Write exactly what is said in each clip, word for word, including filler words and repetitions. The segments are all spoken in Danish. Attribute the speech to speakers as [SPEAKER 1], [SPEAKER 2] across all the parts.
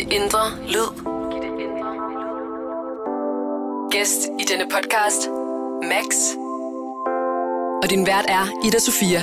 [SPEAKER 1] det indre lyd. Gæst i denne podcast, Max. Og din vært er Ida Sofia.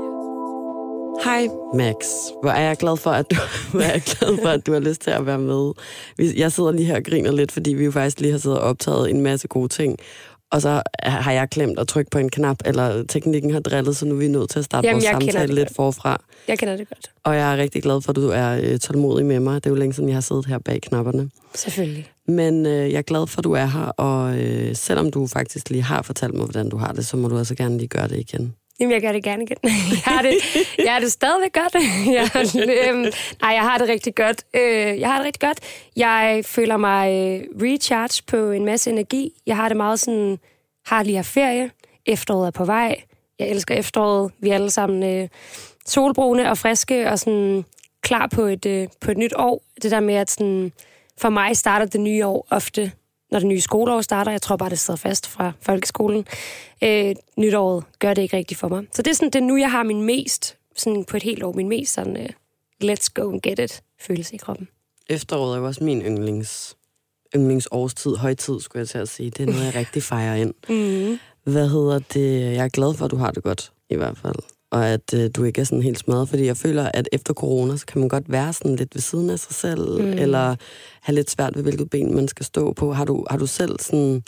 [SPEAKER 2] Hej Max, hvor er jeg glad for, at du, hvor er jeg glad for, at du har lyst til at være med. Jeg sidder lige her og griner lidt, fordi vi jo faktisk lige har siddet og optaget en masse gode ting. Og så har jeg glemt at trykke på en knap, eller teknikken har drillet, så nu er vi nødt til at starte Jamen, vores samtale lidt forfra.
[SPEAKER 3] Jeg kender det godt.
[SPEAKER 2] Og jeg er rigtig glad for, at du er øh, tålmodig med mig. Det er jo længe siden, jeg har siddet her bag knapperne.
[SPEAKER 3] Selvfølgelig.
[SPEAKER 2] Men øh, jeg er glad for, at du er her, og øh, selvom du faktisk lige har fortalt mig, hvordan du har det, så må du altså gerne lige gøre det igen.
[SPEAKER 3] Jamen, jeg gør det gerne igen. Jeg har det, jeg har det stadigvæk godt. Jeg, øhm, nej, jeg har det rigtig godt. Øh, jeg har det rigtig godt. Jeg føler mig øh, recharge på en masse energi. Jeg har det meget sådan, har lige her ferie. Efteråret er på vej. Jeg elsker efteråret. Vi er alle sammen øh, solbrune og friske og sådan klar på et, øh, på et nyt år. Det der med, at sådan, for mig starter det nye år ofte, når det nye skoleår starter. Jeg tror bare, det sidder fast fra folkeskolen. Øh, nytåret gør det ikke rigtigt for mig. Så det er sådan, det er nu, jeg har min mest, sådan på et helt år, min mest sådan, uh, let's go and get it følelse i kroppen.
[SPEAKER 2] Efteråret er jo også min yndlings, yndlingsårstid, højtid, skulle jeg til at sige. Det er noget, jeg rigtig fejrer ind. Mm. Hvad hedder det? Jeg er glad for, at du har det godt, i hvert fald. Og at øh, du ikke er sådan helt smadret, fordi jeg føler, at efter corona, så kan man godt være sådan lidt ved siden af sig selv, mm. eller have lidt svært ved, hvilket ben man skal stå på. Har du, har du selv sådan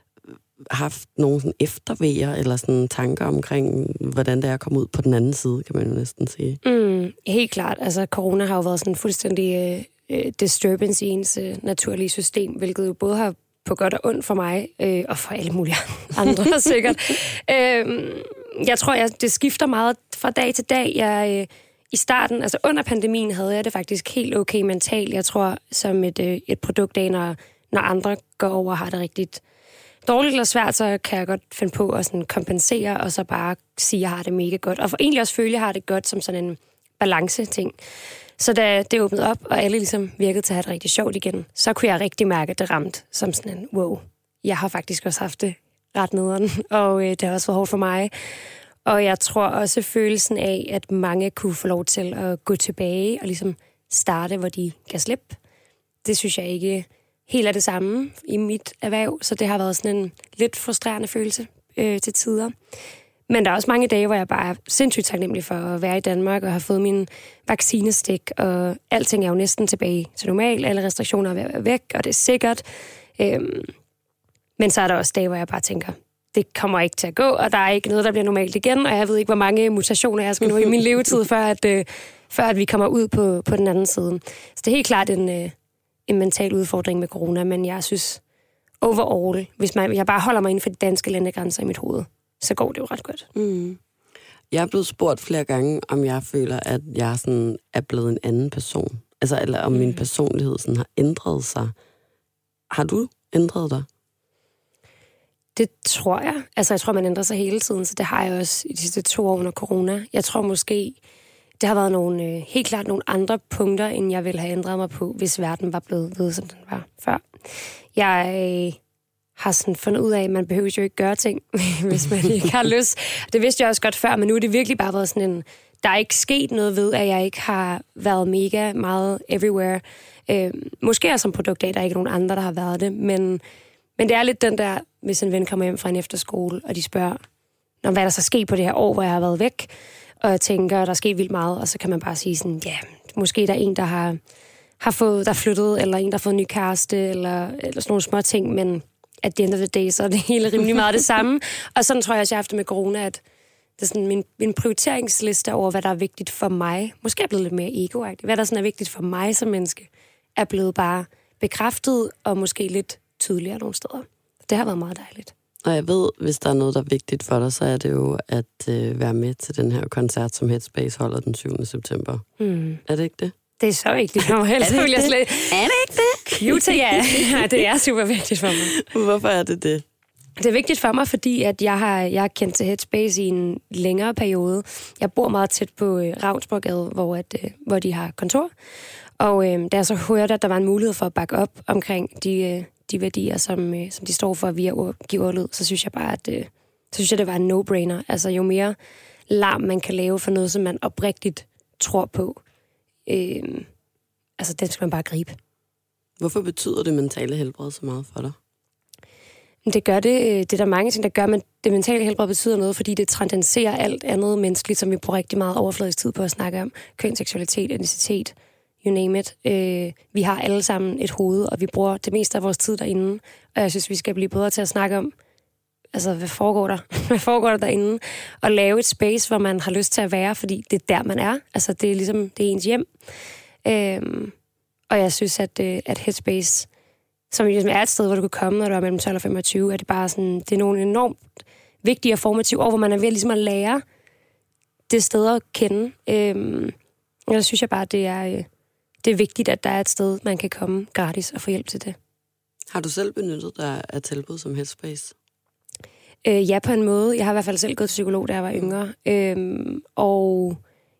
[SPEAKER 2] haft nogle sådan eftervejer, eller sådan tanker omkring, hvordan det er at komme ud på den anden side, kan man jo næsten sige?
[SPEAKER 3] Mm, helt klart. Altså, corona har jo været sådan en fuldstændig øh, disturbance i ens øh, naturlige system, hvilket jo både har på godt og ondt for mig, øh, og for alle mulige andre sikkert. Øh, jeg tror, jeg, det skifter meget fra dag til dag. Jeg, øh, I starten, altså under pandemien, havde jeg det faktisk helt okay mentalt. Jeg tror, som et, øh, et produkt af, når, når andre går over og har det rigtigt dårligt eller svært, så kan jeg godt finde på at sådan kompensere, og så bare sige, at jeg har det mega godt. Og for egentlig også føle, at jeg har det godt som sådan en balance-ting. Så da det åbnede op, og alle ligesom virkede til at have det rigtig sjovt igen, så kunne jeg rigtig mærke, at det ramte som sådan en, wow, jeg har faktisk også haft det ret nederen, og øh, det har også været hårdt for mig. Og jeg tror også følelsen af, at mange kunne få lov til at gå tilbage og ligesom starte, hvor de kan slippe. Det synes jeg ikke helt er det samme i mit erhverv, så det har været sådan en lidt frustrerende følelse øh, til tider. Men der er også mange dage, hvor jeg bare er sindssygt taknemmelig for at være i Danmark og have fået min vaccinestik, og alting er jo næsten tilbage til normal. Alle restriktioner er ved at være væk, og det er sikkert. Øhm, men så er der også dage, hvor jeg bare tænker, det kommer ikke til at gå, og der er ikke noget, der bliver normalt igen, og jeg ved ikke, hvor mange mutationer jeg skal nå i min levetid, før at, øh, før at vi kommer ud på, på den anden side. Så det er helt klart en, øh, en mental udfordring med corona, men jeg synes overall, hvis man, jeg bare holder mig inden for de danske landegrænser i mit hoved, så går det jo ret godt.
[SPEAKER 2] Mm. Jeg er blevet spurgt flere gange, om jeg føler, at jeg sådan er blevet en anden person. Altså, eller om mm. min personlighed sådan har ændret sig. Har du ændret dig?
[SPEAKER 3] Det tror jeg. Altså, jeg tror, man ændrer sig hele tiden, så det har jeg også i de sidste to år under corona. Jeg tror måske, det har været nogle, øh, helt klart nogle andre punkter, end jeg ville have ændret mig på, hvis verden var blevet ved, som den var før. Jeg øh, har sådan fundet ud af, at man behøver jo ikke gøre ting, hvis man ikke har lyst. Det vidste jeg også godt før, men nu er det virkelig bare været sådan en, der er ikke sket noget ved, at jeg ikke har været mega meget everywhere. Øh, måske er som produkt af, der er ikke nogen andre, der har været det, men, men det er lidt den der, hvis en ven kommer hjem fra en efterskole, og de spørger, hvad der så sker på det her år, hvor jeg har været væk, og jeg tænker, der er sket vildt meget, og så kan man bare sige sådan, ja, måske der er en, der har, har fået, der flyttet, eller en, der har fået en ny kæreste, eller, eller sådan nogle små ting, men at the end of the day, så er det hele rimelig meget det samme. Og sådan tror jeg også, jeg har haft det med corona, at det er sådan min, min prioriteringsliste over, hvad der er vigtigt for mig, måske er blevet lidt mere egoagtigt, hvad der sådan er vigtigt for mig som menneske, er blevet bare bekræftet, og måske lidt tydeligere nogle steder. Det har været meget dejligt.
[SPEAKER 2] Og jeg ved, hvis der er noget, der er vigtigt for dig, så er det jo at øh, være med til den her koncert, som Headspace holder den syvende september. Mm. Er det ikke det?
[SPEAKER 3] Det er så vigtigt for mig.
[SPEAKER 2] er, det
[SPEAKER 3] vil jeg slet...
[SPEAKER 2] er det ikke det?
[SPEAKER 3] Cute, ja. ja. Det er super vigtigt for mig.
[SPEAKER 2] Hvorfor er det det?
[SPEAKER 3] Det er vigtigt for mig, fordi at jeg har jeg har kendt til Headspace i en længere periode. Jeg bor meget tæt på øh, Ravnsborggade, hvor, at, øh, hvor de har kontor. Og øh, da jeg så hørte, at der var en mulighed for at bakke op omkring de... Øh, de værdier, som, øh, som de står for via give ordlyd, så synes jeg bare, at øh, så synes jeg, det var en no-brainer. Altså, jo mere larm man kan lave for noget, som man oprigtigt tror på, øh, altså, den skal man bare gribe.
[SPEAKER 2] Hvorfor betyder det mentale helbred så meget for dig?
[SPEAKER 3] Det gør det. Det er der mange ting, der gør, men det mentale helbred betyder noget, fordi det transcenderer alt andet menneskeligt, som vi bruger rigtig meget overfladisk tid på at snakke om. Køn, seksualitet, etnicitet, you name it. Øh, vi har alle sammen et hoved, og vi bruger det meste af vores tid derinde. Og jeg synes, vi skal blive bedre til at snakke om, altså, hvad foregår der? Hvad foregår der derinde? Og lave et space, hvor man har lyst til at være, fordi det er der, man er. Altså, det er ligesom, det er ens hjem. Øh, og jeg synes, at, at Headspace, som ligesom er et sted, hvor du kan komme, når du er mellem tolv og femogtyve, er det bare sådan, det er nogle enormt vigtige og formative år, hvor man er ved ligesom at lære det sted at kende. Øhm, og der synes jeg bare, det er, det er vigtigt, at der er et sted, man kan komme gratis og få hjælp til det.
[SPEAKER 2] Har du selv benyttet dig af tilbud som Headspace?
[SPEAKER 3] Øh, ja, på en måde. Jeg har i hvert fald selv gået til psykolog, da jeg var yngre. Øhm, og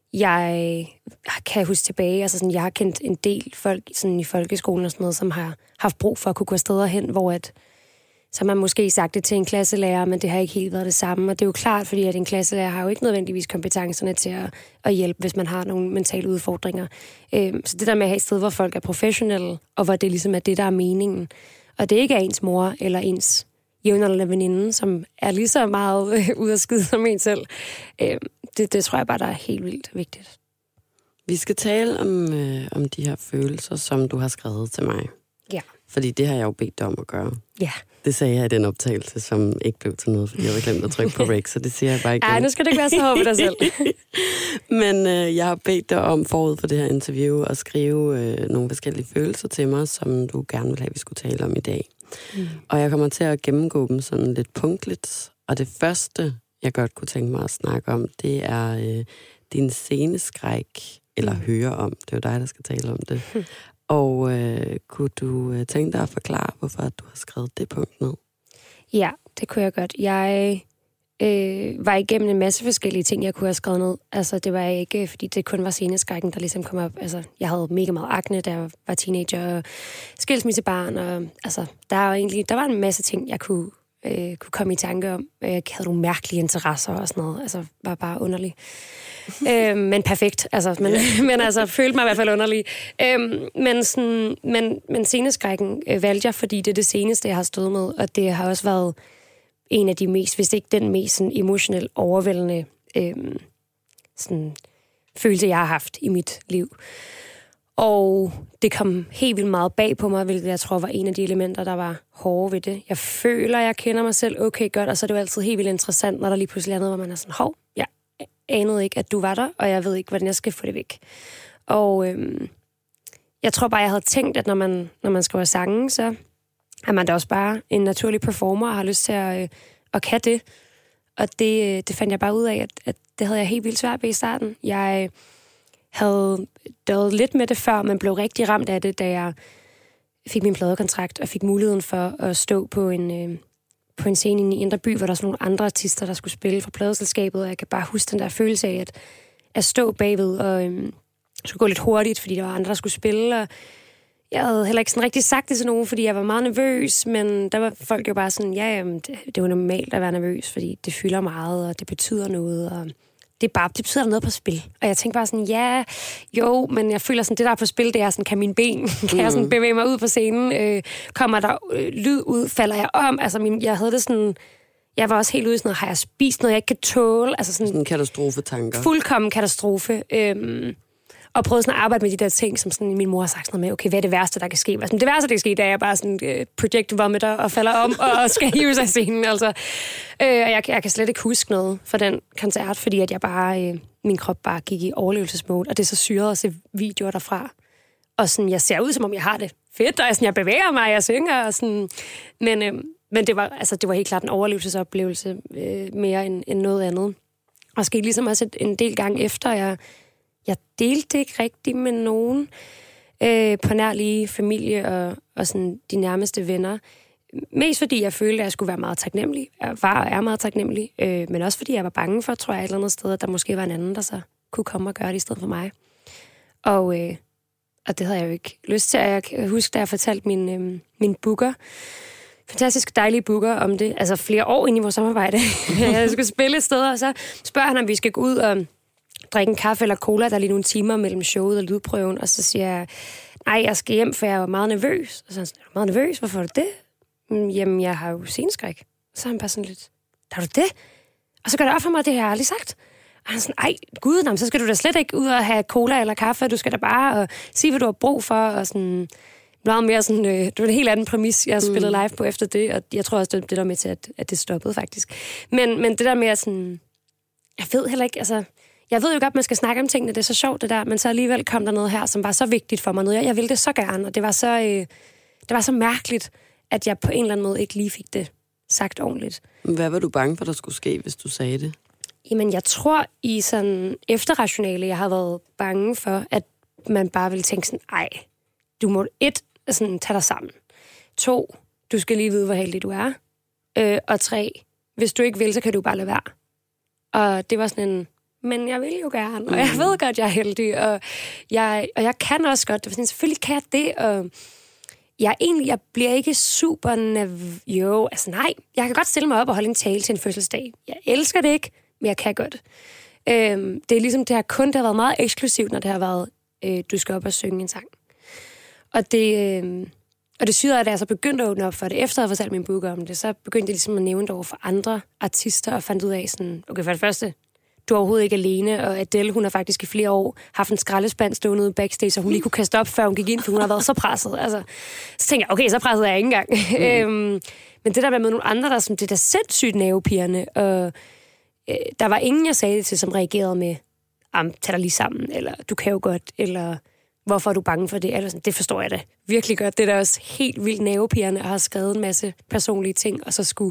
[SPEAKER 3] jeg kan huske tilbage, altså sådan, jeg har kendt en del folk sådan i folkeskolen og sådan noget, som har haft brug for at kunne gå steder hen, hvor at, så har man måske sagt det til en klasselærer, men det har ikke helt været det samme. Og det er jo klart, fordi at en klasselærer har jo ikke nødvendigvis kompetencerne til at, at hjælpe, hvis man har nogle mentale udfordringer. Øhm, så det der med at have et sted, hvor folk er professionelle, og hvor det ligesom er det, der er meningen. Og det ikke er ens mor eller ens jævnaldrende veninde, som er lige så meget øh, ude af skide som en selv. Øh, det, det tror jeg bare, der er helt vildt vigtigt.
[SPEAKER 2] Vi skal tale om, øh, om de her følelser, som du har skrevet til mig.
[SPEAKER 3] Ja.
[SPEAKER 2] Fordi det har jeg jo bedt dig om at gøre.
[SPEAKER 3] Ja.
[SPEAKER 2] Det sagde jeg i den optagelse, som ikke blev til noget, fordi jeg havde glemt at trykke på rec, så det siger jeg bare igen.
[SPEAKER 3] Ej, nu skal det ikke være så hårdt ved dig selv.
[SPEAKER 2] Men øh, jeg har bedt dig om forud for det her interview at skrive øh, nogle forskellige følelser til mig, som du gerne vil have, vi skulle tale om i dag. Mm. Og jeg kommer til at gennemgå dem sådan lidt punktligt. Og det første, jeg godt kunne tænke mig at snakke om, det er øh, din sceneskræk, eller mm. høre om. Det er jo dig, der skal tale om det. Mm. Og øh, kunne du øh, tænke dig at forklare, hvorfor du har skrevet det punkt ned?
[SPEAKER 3] Ja, det kunne jeg godt. Jeg øh, var igennem en masse forskellige ting, jeg kunne have skrevet ned. Altså, det var ikke, fordi det kun var sceneskrækken, der ligesom kom op. Altså, jeg havde mega meget akne, da jeg var teenager, og skilsmissebarn, og altså, der var egentlig, der var en masse ting, jeg kunne, øh, kunne komme i tanke om. Jeg havde nogle mærkelige interesser og sådan noget. Altså, var bare underlig. øh, men perfekt, altså, men, men altså, følte mig i hvert fald underlig. Øh, men, sådan, men, men sceneskrækken øh, valgte jeg, fordi det er det seneste, jeg har stået med, og det har også været en af de mest, hvis ikke den mest sådan, emotionelt overvældende øh, sådan, følelse, jeg har haft i mit liv. Og det kom helt vildt meget bag på mig, hvilket jeg tror var en af de elementer, der var hårde ved det. Jeg føler, jeg kender mig selv okay godt, og så er det jo altid helt vildt interessant, når der lige pludselig er noget, hvor man er sådan, hov, jeg anede ikke, at du var der, og jeg ved ikke, hvordan jeg skal få det væk. Og øhm, jeg tror bare, jeg havde tænkt, at når man, når man skriver sange, så er man da også bare en naturlig performer, og har lyst til at, øh, at kan det. Og det, det fandt jeg bare ud af, at, at det havde jeg helt vildt svært ved i starten. Jeg havde døjet lidt med det før, men blev rigtig ramt af det, da jeg fik min pladekontrakt og fik muligheden for at stå på en, øh, på en scene i Indre By, hvor der var sådan nogle andre artister, der skulle spille for pladeselskabet, og jeg kan bare huske den der følelse af at, at stå bagved og øh, skulle gå lidt hurtigt, fordi der var andre, der skulle spille, og jeg havde heller ikke sådan rigtig sagt det til nogen, fordi jeg var meget nervøs, men der var folk jo bare sådan, ja, jamen, det, det var normalt at være nervøs, fordi det fylder meget, og det betyder noget, og det, er bare, det betyder noget på spil. Og jeg tænkte bare sådan, ja, jo, men jeg føler sådan, det der er på spil, det er sådan, kan mine ben, kan jeg sådan bevæge mig ud på scenen, øh, kommer der øh, lyd ud, falder jeg om, altså min, jeg havde det sådan, jeg var også helt ude i sådan noget, har jeg spist noget, jeg ikke kan tåle, altså sådan,
[SPEAKER 2] sådan katastrofetanker.
[SPEAKER 3] Fuldkommen katastrofe, øh, og prøvede sådan at arbejde med de der ting, som sådan, min mor har sagt sådan noget med, okay, hvad er det værste, der kan ske? Sådan, det værste, der kan ske, det er, jeg bare sådan uh, project vomiter og falder om og skal hives af scenen. Altså. Øh, og jeg, jeg kan slet ikke huske noget fra den koncert, fordi at jeg bare, øh, min krop bare gik i overlevelsesmode, og det er så syret at se videoer derfra. Og sådan, jeg ser ud, som om jeg har det fedt, og jeg, sådan, jeg bevæger mig, jeg synger, og sådan. Men, øh, men det, var, altså, det var helt klart en overlevelsesoplevelse øh, mere end, end noget andet. Og skete ligesom også et, en del gange efter, jeg Jeg delte ikke rigtig med nogen øh, på nær lige familie og, og sådan de nærmeste venner. Mest fordi jeg følte, at jeg skulle være meget taknemmelig. Jeg var og er meget taknemmelig. Øh, men også fordi jeg var bange for, tror jeg, et eller andet sted, at der måske var en anden, der så kunne komme og gøre det i stedet for mig. Og, øh, og det havde jeg jo ikke lyst til. Jeg kan huske, da jeg fortalte min, øh, min booker, fantastisk dejlige booker om det, altså flere år ind i vores samarbejde. Jeg skulle spille et sted, og så spørger han, om vi skal gå ud og drikke en kaffe eller cola, der er lige nogle timer mellem showet og lydprøven, og så siger jeg, ej, jeg skal hjem, for jeg er meget nervøs. Og så er han sådan, er du meget nervøs? Hvorfor er du det? Jamen, jeg har jo sceneskræk. Og så er han bare sådan lidt, har du det? Og så gør det op for mig, det har jeg aldrig sagt. Og han er sådan, ej, gud, jamen, så skal du da slet ikke ud og have cola eller kaffe. Du skal da bare og sige, hvad du har brug for. Og sådan, meget mere sådan, øh, det var en helt anden præmis, jeg spillede live på efter det. Og jeg tror også, det, det der med til, at, at det stoppede faktisk. Men, men det der med, at sådan, jeg ved heller ikke, altså, jeg ved jo godt, man skal snakke om tingene, det er så sjovt det der, men så alligevel kom der noget her, som var så vigtigt for mig. Noget, jeg, jeg ville det så gerne, og det var så, øh, det var så mærkeligt, at jeg på en eller anden måde ikke lige fik det sagt ordentligt.
[SPEAKER 2] Hvad var du bange for, der skulle ske, hvis du sagde det?
[SPEAKER 3] Jamen, jeg tror i sådan efterrationale, jeg har været bange for, at man bare ville tænke sådan, ej, du må et, sådan, tage dig sammen. To, du skal lige vide, hvor heldig du er. Øh, og tre, hvis du ikke vil, så kan du bare lade være. Og det var sådan en, men jeg vil jo gerne, og jeg ved godt, jeg er heldig, og jeg, og jeg kan også godt. Det var sådan, selvfølgelig kan jeg det, og jeg, egentlig, jeg bliver ikke super nerv- Jo, altså nej, jeg kan godt stille mig op og holde en tale til en fødselsdag. Jeg elsker det ikke, men jeg kan godt. Øhm, det er ligesom, det har kun det har været meget eksklusivt, når det har været, øh, du skal op og synge en sang. Og det, øh, og det syder, at jeg så begyndte at åbne op for det, efter jeg havde fortalt min booker om det, så begyndte jeg ligesom at nævne det over for andre artister, og fandt ud af sådan, okay, for det første, du er overhovedet ikke alene, og Adele, hun har faktisk i flere år haft en skraldespand stående ude backstage, så hun lige kunne kaste op, før hun gik ind, for hun har været så presset. Altså, så tænkte jeg, okay, så pressede jeg ikke engang. Mm. øhm, men det der med nogle andre, der som det der sindssygt nervepirrende, og øh, der var ingen, jeg sagde det til, som reagerede med, tag dig lige sammen, eller du kan jo godt, eller hvorfor er du bange for det? Eller sådan, det forstår jeg da virkelig godt. Det er da også helt vildt nervepirrende, at have skrevet en masse personlige ting, og så skulle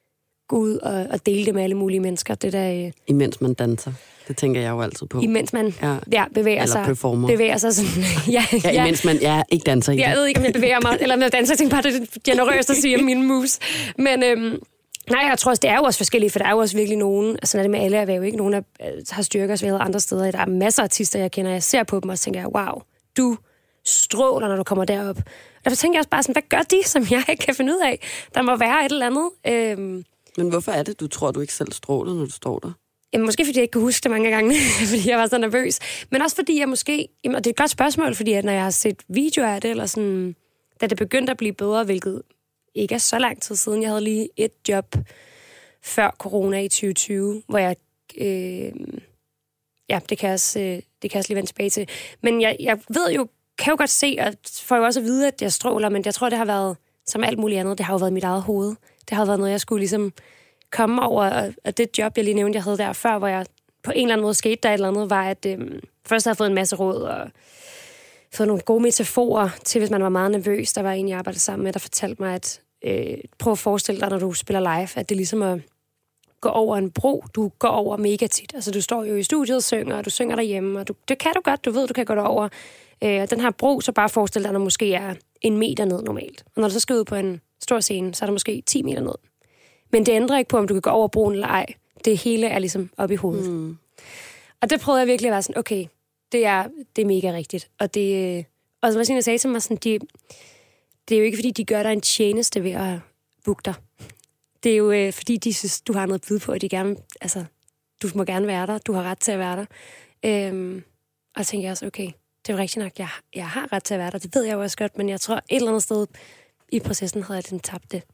[SPEAKER 3] gå ud og, og dele det med alle mulige mennesker. Det der, øh...
[SPEAKER 2] Imens man danser. Det tænker jeg jo altid på.
[SPEAKER 3] Imens man ja. Ja, bevæger
[SPEAKER 2] eller
[SPEAKER 3] sig.
[SPEAKER 2] Performer.
[SPEAKER 3] Bevæger sig sådan. ja,
[SPEAKER 2] ja, ja, imens man ja, ikke danser i det.
[SPEAKER 3] Jeg ved ikke, om jeg bevæger mig, eller om jeg danser. Jeg tænker bare, det er generøst at sige mine moves. Men øhm, nej, jeg tror også, det er jo også forskellige, for der er jo også virkelig nogen, altså er det med alle erhverv, ikke? Nogen, der har styrker og andre steder. Der er masser af artister, jeg kender, jeg ser på dem, og så tænker jeg, wow, du stråler, når du kommer derop. Og derfor tænker jeg også bare sådan, hvad gør de, som jeg ikke kan finde ud af? Der må være et eller andet. Øhm,
[SPEAKER 2] Men hvorfor er det, du tror, du ikke selv stråler, når du står der?
[SPEAKER 3] Jamen, måske fordi jeg ikke kunne huske det mange gange, fordi jeg var så nervøs. Men også fordi jeg måske... Jamen, og det er et godt spørgsmål, fordi at når jeg har set videoer af det, eller sådan, da det begyndte at blive bedre, hvilket ikke er så lang tid siden. Jeg havde lige et job før corona i tyve tyve, hvor jeg... Øh, ja, det kan, jeg også, øh, det kan jeg også lige vende tilbage til. Men jeg, jeg ved jo, kan jo godt se, og får jo også at vide, at jeg stråler, men jeg tror, det har været, som alt muligt andet, det har jo været mit eget hoved. Det har været noget, jeg skulle ligesom komme over, og det job, jeg lige nævnte, jeg havde der før, hvor jeg på en eller anden måde skete der et eller andet, var, at øhm, først havde jeg fået en masse råd, og fået nogle gode metaforer til, hvis man var meget nervøs. Der var en, jeg arbejdede sammen med, der fortalte mig, at øh, prøv at forestille dig, når du spiller live, at det er ligesom at gå over en bro. Du går over mega tit. Altså, du står jo i studiet og synger, og du synger derhjemme, og du, det kan du godt, du ved, du kan gå derover. Øh, den her bro, så bare forestil dig, når måske er en meter ned normalt. Og når du så skal ud på en stor scene, så er der måske ti meter ned. Men det ændrer ikke på, om du kan gå over broen eller ej. Det hele er ligesom oppe i hovedet. Mm. Og det prøvede jeg virkelig at være sådan, okay, det er, det er mega rigtigt. Og det, og som jeg sagde til mig, sådan, de, det er jo ikke, fordi de gør dig en tjeneste ved at booke dig. Det er jo, øh, fordi de synes, du har noget at byde på, og de gerne, altså, du må gerne være der, du har ret til at være der. Øhm, og så tænker jeg også, okay, det er jo rigtigt nok, jeg, jeg har ret til at være der, det ved jeg jo også godt, men jeg tror, et eller andet sted i processen havde jeg den tabt det.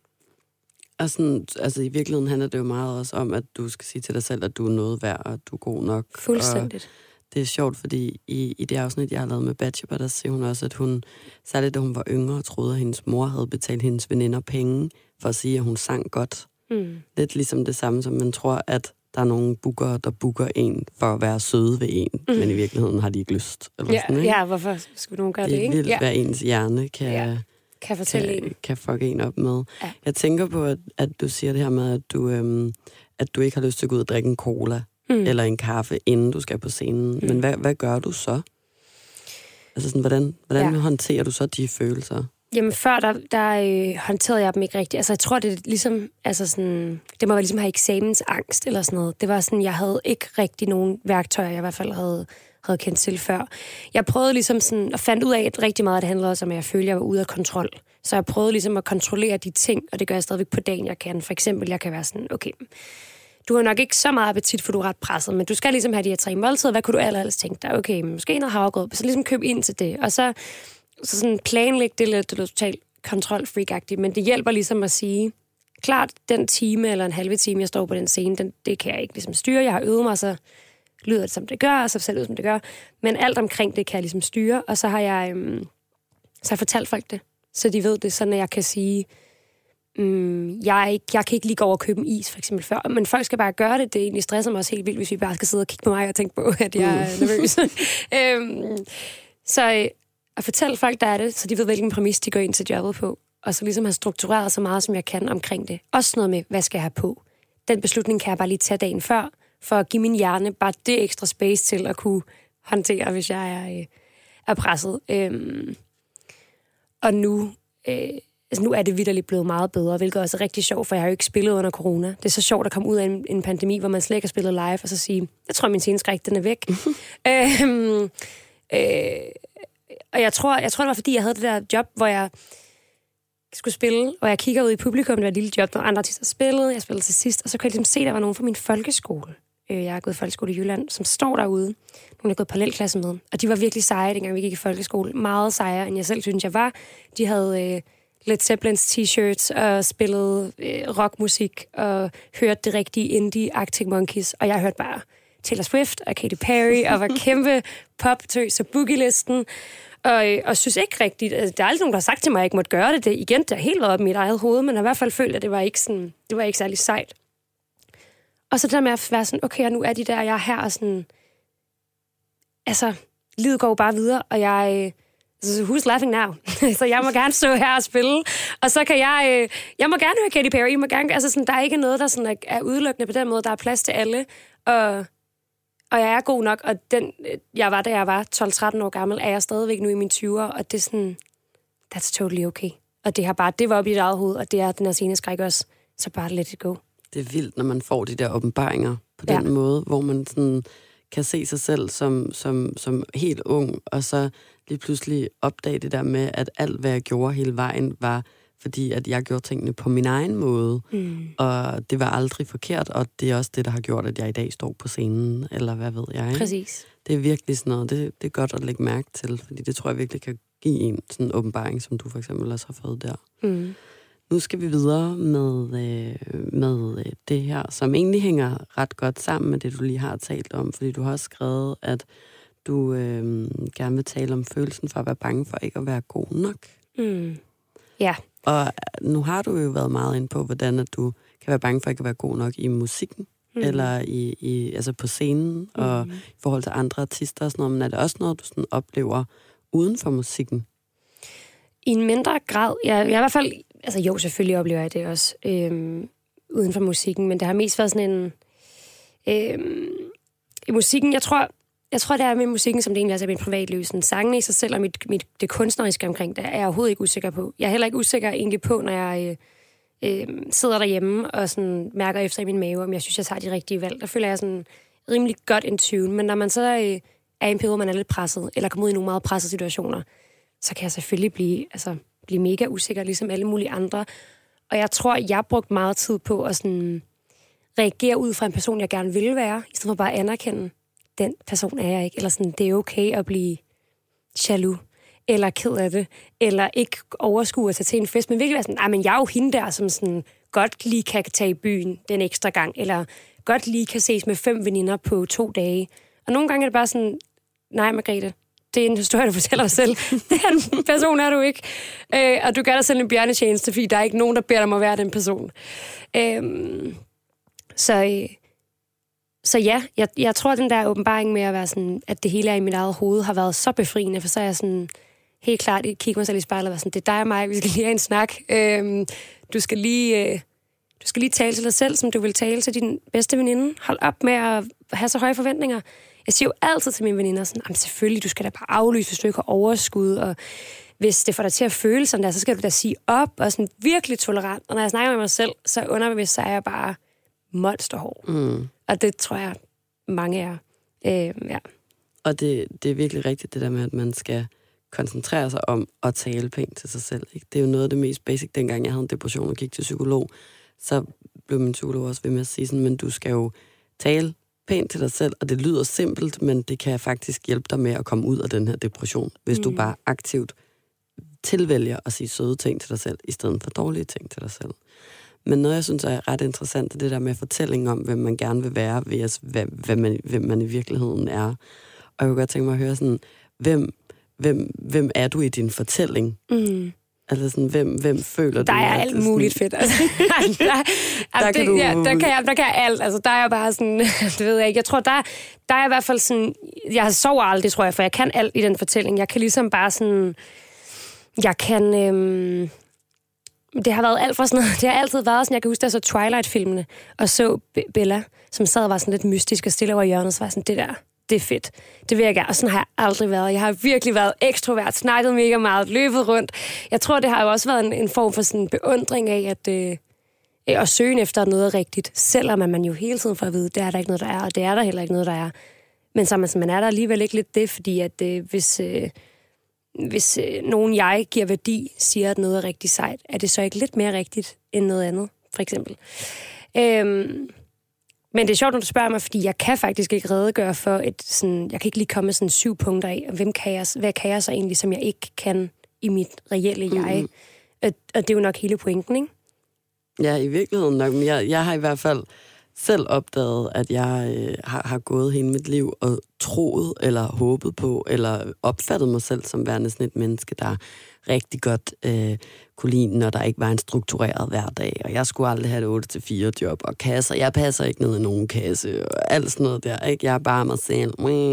[SPEAKER 2] Og sådan, altså i virkeligheden handler det jo meget også om, at du skal sige til dig selv, at du er noget værd, og du er god nok.
[SPEAKER 3] Fuldstændigt.
[SPEAKER 2] Og det er sjovt, fordi i, i det afsnit, jeg har lavet med Batsheba, der siger hun også, at hun, særligt da hun var yngre, troede, at hendes mor havde betalt hendes veninder penge, for at sige, at hun sang godt. Mm. Lidt ligesom det samme, som man tror, at der er nogle bookere, der booker en for at være søde ved en, mm. men i virkeligheden har de ikke lyst. Eller
[SPEAKER 3] ja,
[SPEAKER 2] sådan, ikke?
[SPEAKER 3] Ja, hvorfor skulle nogen gøre det, ikke?
[SPEAKER 2] Det er vildt,
[SPEAKER 3] ja.
[SPEAKER 2] hvad ens hjerne kan... Ja.
[SPEAKER 3] Kan fortælle
[SPEAKER 2] kan,
[SPEAKER 3] en.
[SPEAKER 2] Kan fuck en op med.
[SPEAKER 3] Ja.
[SPEAKER 2] Jeg tænker på, at, at du siger det her med, at du, øhm, at du ikke har lyst til at gå ud og drikke en cola mm. eller en kaffe, inden du skal på scenen. Mm. Men hvad, hvad gør du så? Altså sådan, hvordan, hvordan ja. håndterer du så de følelser?
[SPEAKER 3] Jamen før, der, der øh, håndterede jeg dem ikke rigtigt. Altså jeg tror, det er ligesom, altså sådan, det må være ligesom have eksamensangst eller sådan noget. Det var sådan, jeg havde ikke rigtig nogen værktøjer, jeg i hvert fald havde... havde kendt til før. Jeg prøvede ligesom sådan, og fandt ud af, at rigtig meget af det handlede også om, at jeg følte, at jeg var ude af kontrol. Så jeg prøvede ligesom at kontrollere de ting, og det gør jeg stadigvæk på dagen, jeg kan. For eksempel, jeg kan være sådan, okay, du har nok ikke så meget appetit, for du er ret presset, men du skal ligesom have de her tre måltider. Hvad kunne du allerhelst tænke dig? Okay, måske noget havregrød, så ligesom køb ind til det. Og så så sådan planlægge det lidt, det er totalt kontrolfreak-agtigt, men det hjælper ligesom at sige, klart, den time eller en halve time, jeg står på den scene, den, det kan jeg ikke ligesom styre. Jeg har øvet mig, så lyder det, som det gør, og så ser det ud, som det gør. Men alt omkring det kan jeg ligesom styre, og så har jeg, øhm, så har jeg fortalt folk det, så de ved det, sådan at jeg kan sige, øhm, jeg, er ikke, jeg kan ikke lige gå over og købe en is, for eksempel før, men folk skal bare gøre det. Det egentlig stresser mig også helt vildt, hvis vi bare skal sidde og kigge på mig og tænke på, at jeg er nervøs. øhm, så øh, at fortælle folk, der er det, så de ved, hvilken præmis de går ind til jobbet på, og så ligesom have struktureret så meget, som jeg kan omkring det. Også noget med, hvad skal jeg have på? Den beslutning kan jeg bare lige tage dagen før, for at give min hjerne bare det ekstra space til at kunne håndtere, hvis jeg er, øh, er presset. Øhm, og nu, øh, altså nu er det vitterligt blevet meget bedre, hvilket også er rigtig sjovt, for jeg har jo ikke spillet under corona. Det er så sjovt at komme ud af en, en pandemi, hvor man slet ikke har spillet live, og så sige, jeg tror, min sceneskræk, den er væk. øhm, øh, og jeg tror, jeg tror, det var, fordi jeg havde det der job, hvor jeg skulle spille, og jeg kigger ud i publikum, det var et lille job, når andre artister spillede, jeg spillede til sidst, og så kunne jeg ligesom se, at der var nogen fra min folkeskole. Jeg har gået i folkeskole i Jylland, som står derude. Nogle jeg har gået parallelklasse med. Og de var virkelig seje, dengang vi gik i folkeskole. Meget sejere, end jeg selv synes, jeg var. De havde øh, Led Zeppelins t-shirts og spillede øh, rockmusik og hørte det rigtige indie Arctic Monkeys. Og jeg hørte bare Taylor Swift og Katy Perry og var kæmpe pop-tøs og boogie-listen. Og, øh, og synes ikke rigtigt, altså, der er aldrig nogen, der har sagt til mig, at jeg ikke måtte gøre det. Det igen, det er helt op i mit eget hoved, men jeg har i hvert fald følt, at det var ikke, sådan, det var ikke særlig sejt. Og så det der med at være sådan, okay, og nu er de der, og jeg er her, og sådan, altså, livet går bare videre, og jeg, altså, who's laughing now? Så jeg må gerne stå her og spille, og så kan jeg, jeg må gerne høre Katy Perry, jeg må gerne, altså sådan, der er ikke noget, der sådan er, er udelukkende på den måde, der er plads til alle, og, og jeg er god nok, og den, jeg var, da jeg var tolv tretten år gammel, er jeg stadigvæk nu i mine tyvere, og det er sådan, that's totally okay. Og det har bare, det var op i dit eget hoved, og det er den her sceneskræk også, så bare let it go.
[SPEAKER 2] Det er vildt, når man får de der åbenbaringer på den ja. måde, hvor man sådan kan se sig selv som, som, som helt ung, og så lige pludselig opdage det der med, at alt, hvad jeg gjorde hele vejen, var fordi, at jeg gjorde tingene på min egen måde. Mm. Og det var aldrig forkert, og det er også det, der har gjort, at jeg i dag står på scenen, eller hvad ved jeg. Ikke?
[SPEAKER 3] Præcis.
[SPEAKER 2] Det er virkelig sådan noget, det, det er godt at lægge mærke til, fordi det tror jeg virkelig kan give en sådan en åbenbaring, som du for eksempel også har fået der. Mm. Nu skal vi videre med, øh, med det her, som egentlig hænger ret godt sammen med det, du lige har talt om, fordi du har også skrevet, at du øh, gerne vil tale om følelsen for at være bange for ikke at være god nok. Mm.
[SPEAKER 3] Ja.
[SPEAKER 2] Og nu har du jo været meget inde på, hvordan at du kan være bange for ikke at være god nok i musikken, mm. eller i, i, altså på scenen, mm. og i forhold til andre artister og sådan noget, men er det også noget, du sådan oplever uden for musikken?
[SPEAKER 3] I en mindre grad. Jeg, jeg i hvert fald, altså jo, selvfølgelig oplever jeg det også øhm, uden for musikken, men det har mest været sådan en... Øhm, i musikken, jeg tror, jeg tror, det er med musikken, som det egentlig er mit privatliv. Sådan, sangene i sig selv og mit, mit, det kunstneriske omkring det, er jeg overhovedet ikke usikker på. Jeg er heller ikke usikker egentlig på, når jeg øh, øh, sidder derhjemme og sådan, mærker efter i min mave, om jeg synes, jeg tager de rigtige valg. Der føler jeg sådan rimelig godt in tune, men når man så øh, er i en periode, man er lidt presset, eller kommer ud i nogle meget pressede situationer, så kan jeg selvfølgelig blive, altså, blive mega usikker, ligesom alle mulige andre. Og jeg tror, jeg har brugt meget tid på at sådan, reagere ud fra en person, jeg gerne vil være, i stedet for bare at anerkende, den person er jeg ikke. Eller sådan, det er okay at blive jaloux, eller ked af det, eller ikke overskue at tage til en fest, men virkelig være sådan, men jeg er jo hende der, som sådan, godt lige kan tage i byen den ekstra gang, eller godt lige kan ses med fem veninder på to dage. Og nogle gange er det bare sådan, nej, Margrethe, det er en historie, du fortæller dig selv. Den person er du ikke. Øh, og du gør dig selv en bjørnetjeneste, fordi der er ikke nogen, der beder dig om at være den person. Øh, så, øh, så ja, jeg, jeg tror, at den der åbenbaring med at være sådan, at det hele er i mit eget hoved, har været så befriende, for så er jeg sådan helt klart kigge mig selv i spejlet og være sådan, det er dig og mig, vi skal lige have en snak. Øh, du skal lige... Øh, Du skal lige tale til dig selv, som du vil tale til din bedste veninde. Hold op med at have så høje forventninger. Jeg siger jo altid til mine veninder sådan, selvfølgelig, du skal da bare aflyse, hvis du ikke har overskud, og hvis det får dig til at føle sådan der, så skal du da sige op, og sådan virkelig tolerant. Og når jeg snakker med mig selv, så underbevidst, så er jeg bare monsterhård. Mm. Og det tror jeg, mange er. Øh, ja.
[SPEAKER 2] Og det, det er virkelig rigtigt, det der med, at man skal koncentrere sig om at tale pænt til sig selv. Ikke? Det er jo noget af det mest basic, dengang jeg havde en depression og gik til psykolog. Så blev min psykolog også ved med at sige sådan, men du skal jo tale pænt til dig selv, og det lyder simpelt, men det kan faktisk hjælpe dig med at komme ud af den her depression, hvis mm. du bare aktivt tilvælger at sige søde ting til dig selv, i stedet for dårlige ting til dig selv. Men noget, jeg synes er ret interessant, er det der med fortællingen om, hvem man gerne vil være, ved hvad, hvad man, hvem man i virkeligheden er. Og jeg kunne godt tænke mig at høre sådan, hvem, hvem, hvem er du i din fortælling? Mm. Altså sådan, hvem, hvem føler
[SPEAKER 3] der
[SPEAKER 2] du?
[SPEAKER 3] Der er alt muligt fedt. Altså, der, der, kan det, du... ja, der, kan jeg, der kan jeg alt. Altså, der er jeg bare sådan, det ved jeg ikke. Jeg tror, der, der er i hvert fald sådan, jeg sover aldrig, tror jeg, for jeg kan alt i den fortælling. Jeg kan ligesom bare sådan, jeg kan, øhm, det har været alt for sådan noget, det har altid været sådan, jeg kan huske, da jeg så Twilight-filmene, og så Bella, som sad og var sådan lidt mystisk og stille over hjørnet, så var sådan, det der, det er fedt. Det vil jeg gerne, og sådan har jeg aldrig været. Jeg har virkelig været ekstrovert, snakket mega meget, løbet rundt. Jeg tror, det har jo også været en, en form for sådan beundring af, at, øh, at søge efter noget rigtigt, selvom man jo hele tiden får at vide, det er der ikke noget, der er, og det er der heller ikke noget, der er. Men så man, man er der alligevel ikke lidt det, fordi at øh, hvis, øh, hvis øh, nogen jeg giver værdi, siger, at noget er rigtig sejt, er det så ikke lidt mere rigtigt end noget andet, for eksempel. Øhm, Men det er sjovt, når du spørger mig, fordi jeg kan faktisk ikke redegøre for et sådan, jeg kan ikke lige komme med sådan syv punkter af, hvem kan jeg, hvad kan jeg så egentlig, som jeg ikke kan i mit reelle jeg. Mm. Og, og det er jo nok hele pointen, ikke?
[SPEAKER 2] Ja, i virkeligheden nok. Men jeg, jeg har i hvert fald selv opdaget, at jeg øh, har, har gået hele mit liv og troet, eller håbet på, eller opfattet mig selv som værende sådan et menneske, der rigtig godt øh, kunne lide, når der ikke var en struktureret hverdag. Og jeg skulle aldrig have et otte til fire job og kasser. Jeg passer ikke ned i nogen kasse og alt sådan noget der. Ikke? Jeg er bare mig selv.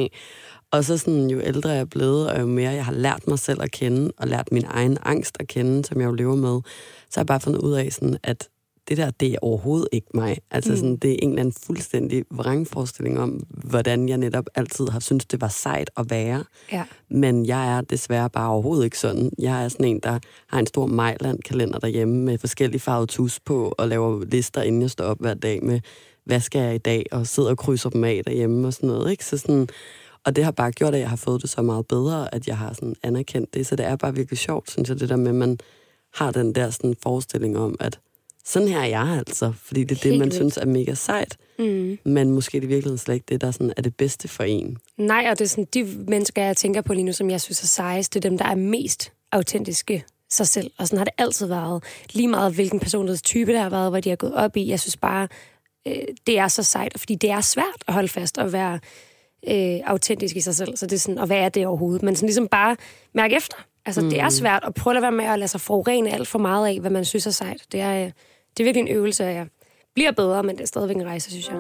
[SPEAKER 2] Og så sådan, jo ældre jeg er blevet, og jo mere jeg har lært mig selv at kende, og lært min egen angst at kende, som jeg jo lever med, så har jeg bare fundet ud af, sådan, at det der, det er overhovedet ikke mig. Altså mm. sådan, det er en eller anden fuldstændig vrangforestilling om, hvordan jeg netop altid har syntes, det var sejt at være. Ja. Men jeg er desværre bare overhovedet ikke sådan. Jeg er sådan en, der har en stor Mejland-kalender derhjemme med forskellige farvede tus på, og laver lister, inden jeg står op hver dag med, hvad skal jeg i dag, og sidder og krydser dem af derhjemme og sådan noget. Ikke? Så sådan, og det har bare gjort, at jeg har fået det så meget bedre, at jeg har sådan anerkendt det. Så det er bare virkelig sjovt, synes jeg, det der med, at man har den der sådan forestilling om, at sådan her er jeg altså, fordi det er det, man synes er mega sejt. Mm. Men måske det virkelig slet ikke det, der sådan er det bedste for en.
[SPEAKER 3] Nej, og det er sådan, de mennesker, jeg tænker på lige nu, som jeg synes er sejest, det er dem, der er mest autentiske sig selv. Og sådan har det altid været. Lige meget hvilken personlighedstype det har været, hvad de har gået op i. Jeg synes bare, øh, det er så sejt, fordi det er svært at holde fast og være øh, autentisk i sig selv. Så det er sådan, og hvad er det overhovedet? Men sådan ligesom bare mærke efter. Altså, mm. det er svært at prøve at være med at lade sig forurene alt for meget af, hvad man synes er sejt. Det er, det er virkelig en øvelse, at jeg bliver bedre, men det er stadigvæk en rejse, synes jeg.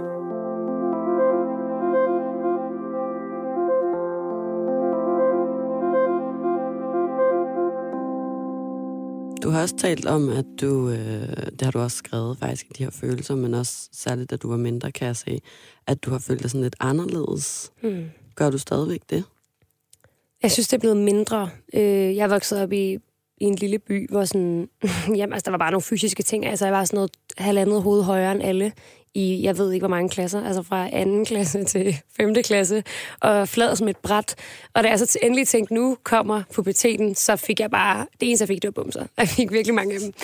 [SPEAKER 2] Du har også talt om, at du, øh, det har du også skrevet faktisk i de her følelser, men også særligt, da du var mindre, kan jeg se, at du har følt dig sådan lidt anderledes. Hmm. Gør du stadigvæk det?
[SPEAKER 3] Jeg synes, det er blevet mindre. Jeg er vokset op i, i en lille by, hvor sådan, jamen, altså, der var bare nogle fysiske ting. Altså, jeg var sådan noget halvandet hoved højere end alle i, jeg ved ikke, hvor mange klasser. Altså fra anden klasse til femte klasse. Og flad som et bræt. Og da jeg så endelig tænkte, nu kommer puberteten, så fik jeg bare, det eneste, jeg fik, det var bumser. Jeg fik virkelig mange af dem.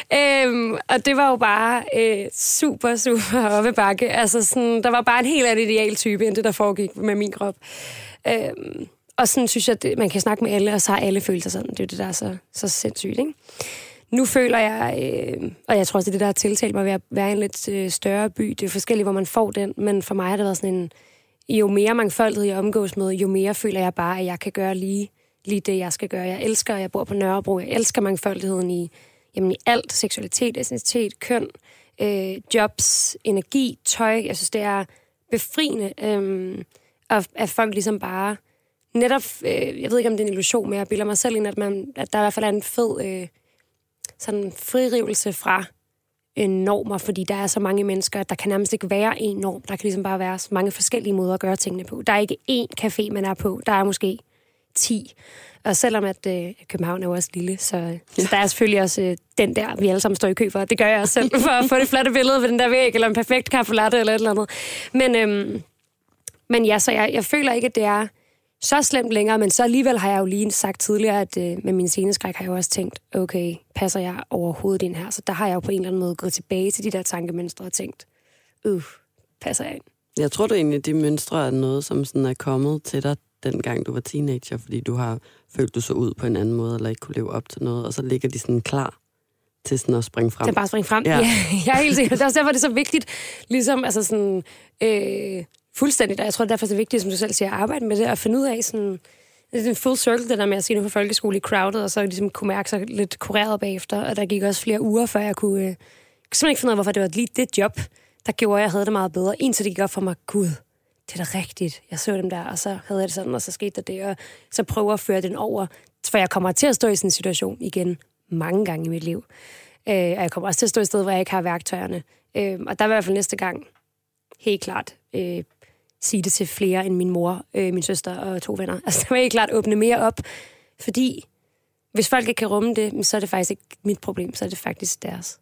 [SPEAKER 3] Øhm, og det var jo bare øh, super, super oppe bakke. Altså, sådan, der var bare en helt anden idealtype, end det, der foregik med min krop. Øhm, Og sådan synes jeg, at man kan snakke med alle, og så har alle følt sig sådan. Det er jo det, der er så, så sindssygt, ikke? Nu føler jeg, øh, og jeg tror også, det er det, der har tiltalt mig ved at være i en lidt øh, større by. Det er forskelligt, hvor man får den, men for mig har det været sådan en, jo mere mangfoldighed jeg omgås med, jo mere føler jeg bare, at jeg kan gøre lige, lige det, jeg skal gøre. Jeg elsker, jeg bor på Nørrebro, jeg elsker mangfoldigheden i, jamen, i alt. Seksualitet, etnicitet, køn, øh, jobs, energi, tøj. Jeg synes, det er befriende, øh, at, at folk ligesom bare netop, øh, jeg ved ikke, om det er en illusion, men jeg bilder mig selv ind, at, man, at der i hvert fald er en fed øh, sådan fririvelse fra øh, normer, fordi der er så mange mennesker, der kan nærmest ikke være én norm. Der kan ligesom bare være så mange forskellige måder at gøre tingene på. Der er ikke én café, man er på. Der er måske ti. Og selvom at øh, København er jo også lille, så, ja. så der er selvfølgelig også øh, den der, vi alle sammen står i kø for. Det gør jeg også selv, for at få det flotte billede ved den der væg, eller en perfekt kaffe latte, eller et eller andet. Men, øh, men ja, så jeg, jeg føler ikke, at det er så slemt længere, men så alligevel har jeg jo lige sagt tidligere, at øh, med min sceneskræk har jeg jo også tænkt, okay, passer jeg overhovedet ind her? Så der har jeg jo på en eller anden måde gået tilbage til de der tankemønstre og tænkt, øh, passer jeg ind?
[SPEAKER 2] Jeg tror du egentlig, de mønstre er noget, som sådan er kommet til dig dengang du var teenager, fordi du har følt, du så ud på en anden måde, eller ikke kunne leve op til noget, og så ligger de sådan klar til sådan at springe frem.
[SPEAKER 3] Til bare at springe frem?
[SPEAKER 2] Ja.
[SPEAKER 3] Ja, jeg er helt sikker. Det er også derfor, det er så vigtigt, ligesom, altså sådan, øh, fuldstændigt, og jeg tror, det er derfor så vigtigt, som du selv siger, at arbejde med det, og finde ud af sådan, det er en full circle, det der med at sige nu på folkeskole i crowded, og så ligesom kunne mærke sig lidt kureret bagefter, og der gik også flere uger, før jeg kunne, øh, jeg kunne simpelthen ikke finde ud af, hvorfor det var lige det job, der gjorde, at jeg havde det meget bedre. Indtil det gik op for mig, gud, det er da rigtigt. Jeg så dem der, og så havde jeg det sådan, og så skete der det, og så prøver at føre den over, for jeg kommer til at stå i sådan en situation igen mange gange i mit liv. Øh, og jeg kommer også til at stå et sted, hvor jeg ikke har værktøjerne. Øh, og der vil jeg i hvert fald næste gang helt klart øh, sige det til flere end min mor, øh, min søster og to venner. Altså, der vil jeg helt klart åbne mere op, fordi hvis folk ikke kan rumme det, så er det faktisk ikke mit problem, så er det faktisk deres.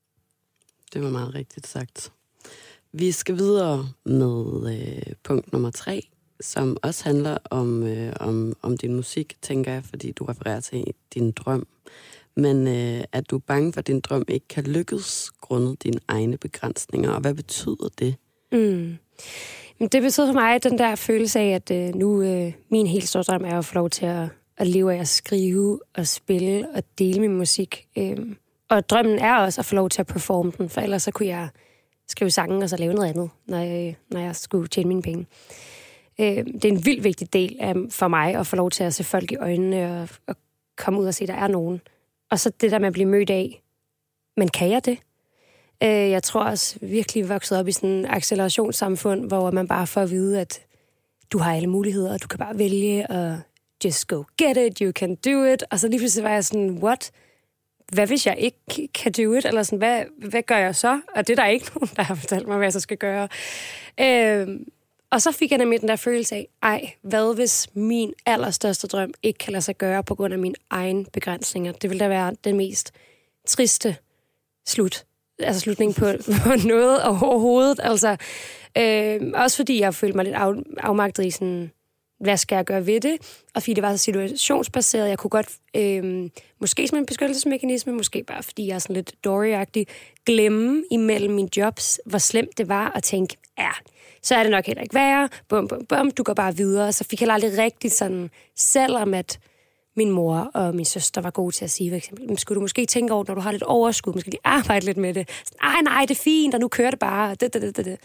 [SPEAKER 2] Det var meget rigtigt sagt. Vi skal videre med øh, punkt nummer tre, som også handler om, øh, om, om din musik, tænker jeg, fordi du refererer til din drøm. Men øh, er du bange for, at din drøm ikke kan lykkes grundet dine egne begrænsninger? Og hvad betyder det?
[SPEAKER 3] Mm. Det betyder for mig den der følelse af, at øh, nu øh, min helt store drøm er at få lov til at, at leve af at skrive og spille og dele min musik. Øh, og drømmen er også at få lov til at performe den, for ellers så kunne jeg skrive sange og så lave noget andet, når jeg, når jeg skulle tjene mine penge. Øh, det er en vildt vigtig del af, for mig at få lov til at se folk i øjnene og, og komme ud og se, at der er nogen. Og så det der med at blive mødt af, men kan jeg det? Øh, jeg tror også virkelig vokset op i sådan et accelerationssamfund, hvor man bare får at vide, at du har alle muligheder, og du kan bare vælge, og just go get it, you can do it. Og så lige pludselig var jeg sådan, what? Hvad hvis jeg ikke kan do it? Eller sådan, hvad, hvad gør jeg så? Og det er der ikke nogen, der har fortalt mig, hvad jeg så skal gøre. Øh, og så fik jeg nemlig den der følelse af, ej, hvad hvis min allerstørste drøm ikke kan lade sig gøre på grund af mine egne begrænsninger? Det ville da være den mest triste slut. Altså slutning på, på noget overhovedet. Altså, øh, også fordi jeg følte mig lidt af, afmagtet i sådan, hvad skal jeg gøre ved det? Og fordi det var så situationsbaseret. Jeg kunne godt, øh, måske som en beskyttelsesmekanisme, måske bare fordi jeg er sådan lidt Dory-agtig, glemme imellem mine jobs, hvor slemt det var at tænke, ja, så er det nok heller ikke værre. Bum, bum, bum, du går bare videre. Så fik jeg aldrig rigtigt sådan, selvom at min mor og min søster var gode til at sige, for eksempel, skulle du måske tænke over, når du har lidt overskud, måske lige arbejde lidt med det. Nej, nej, det er fint, og nu kører det bare. Det, det, det, det.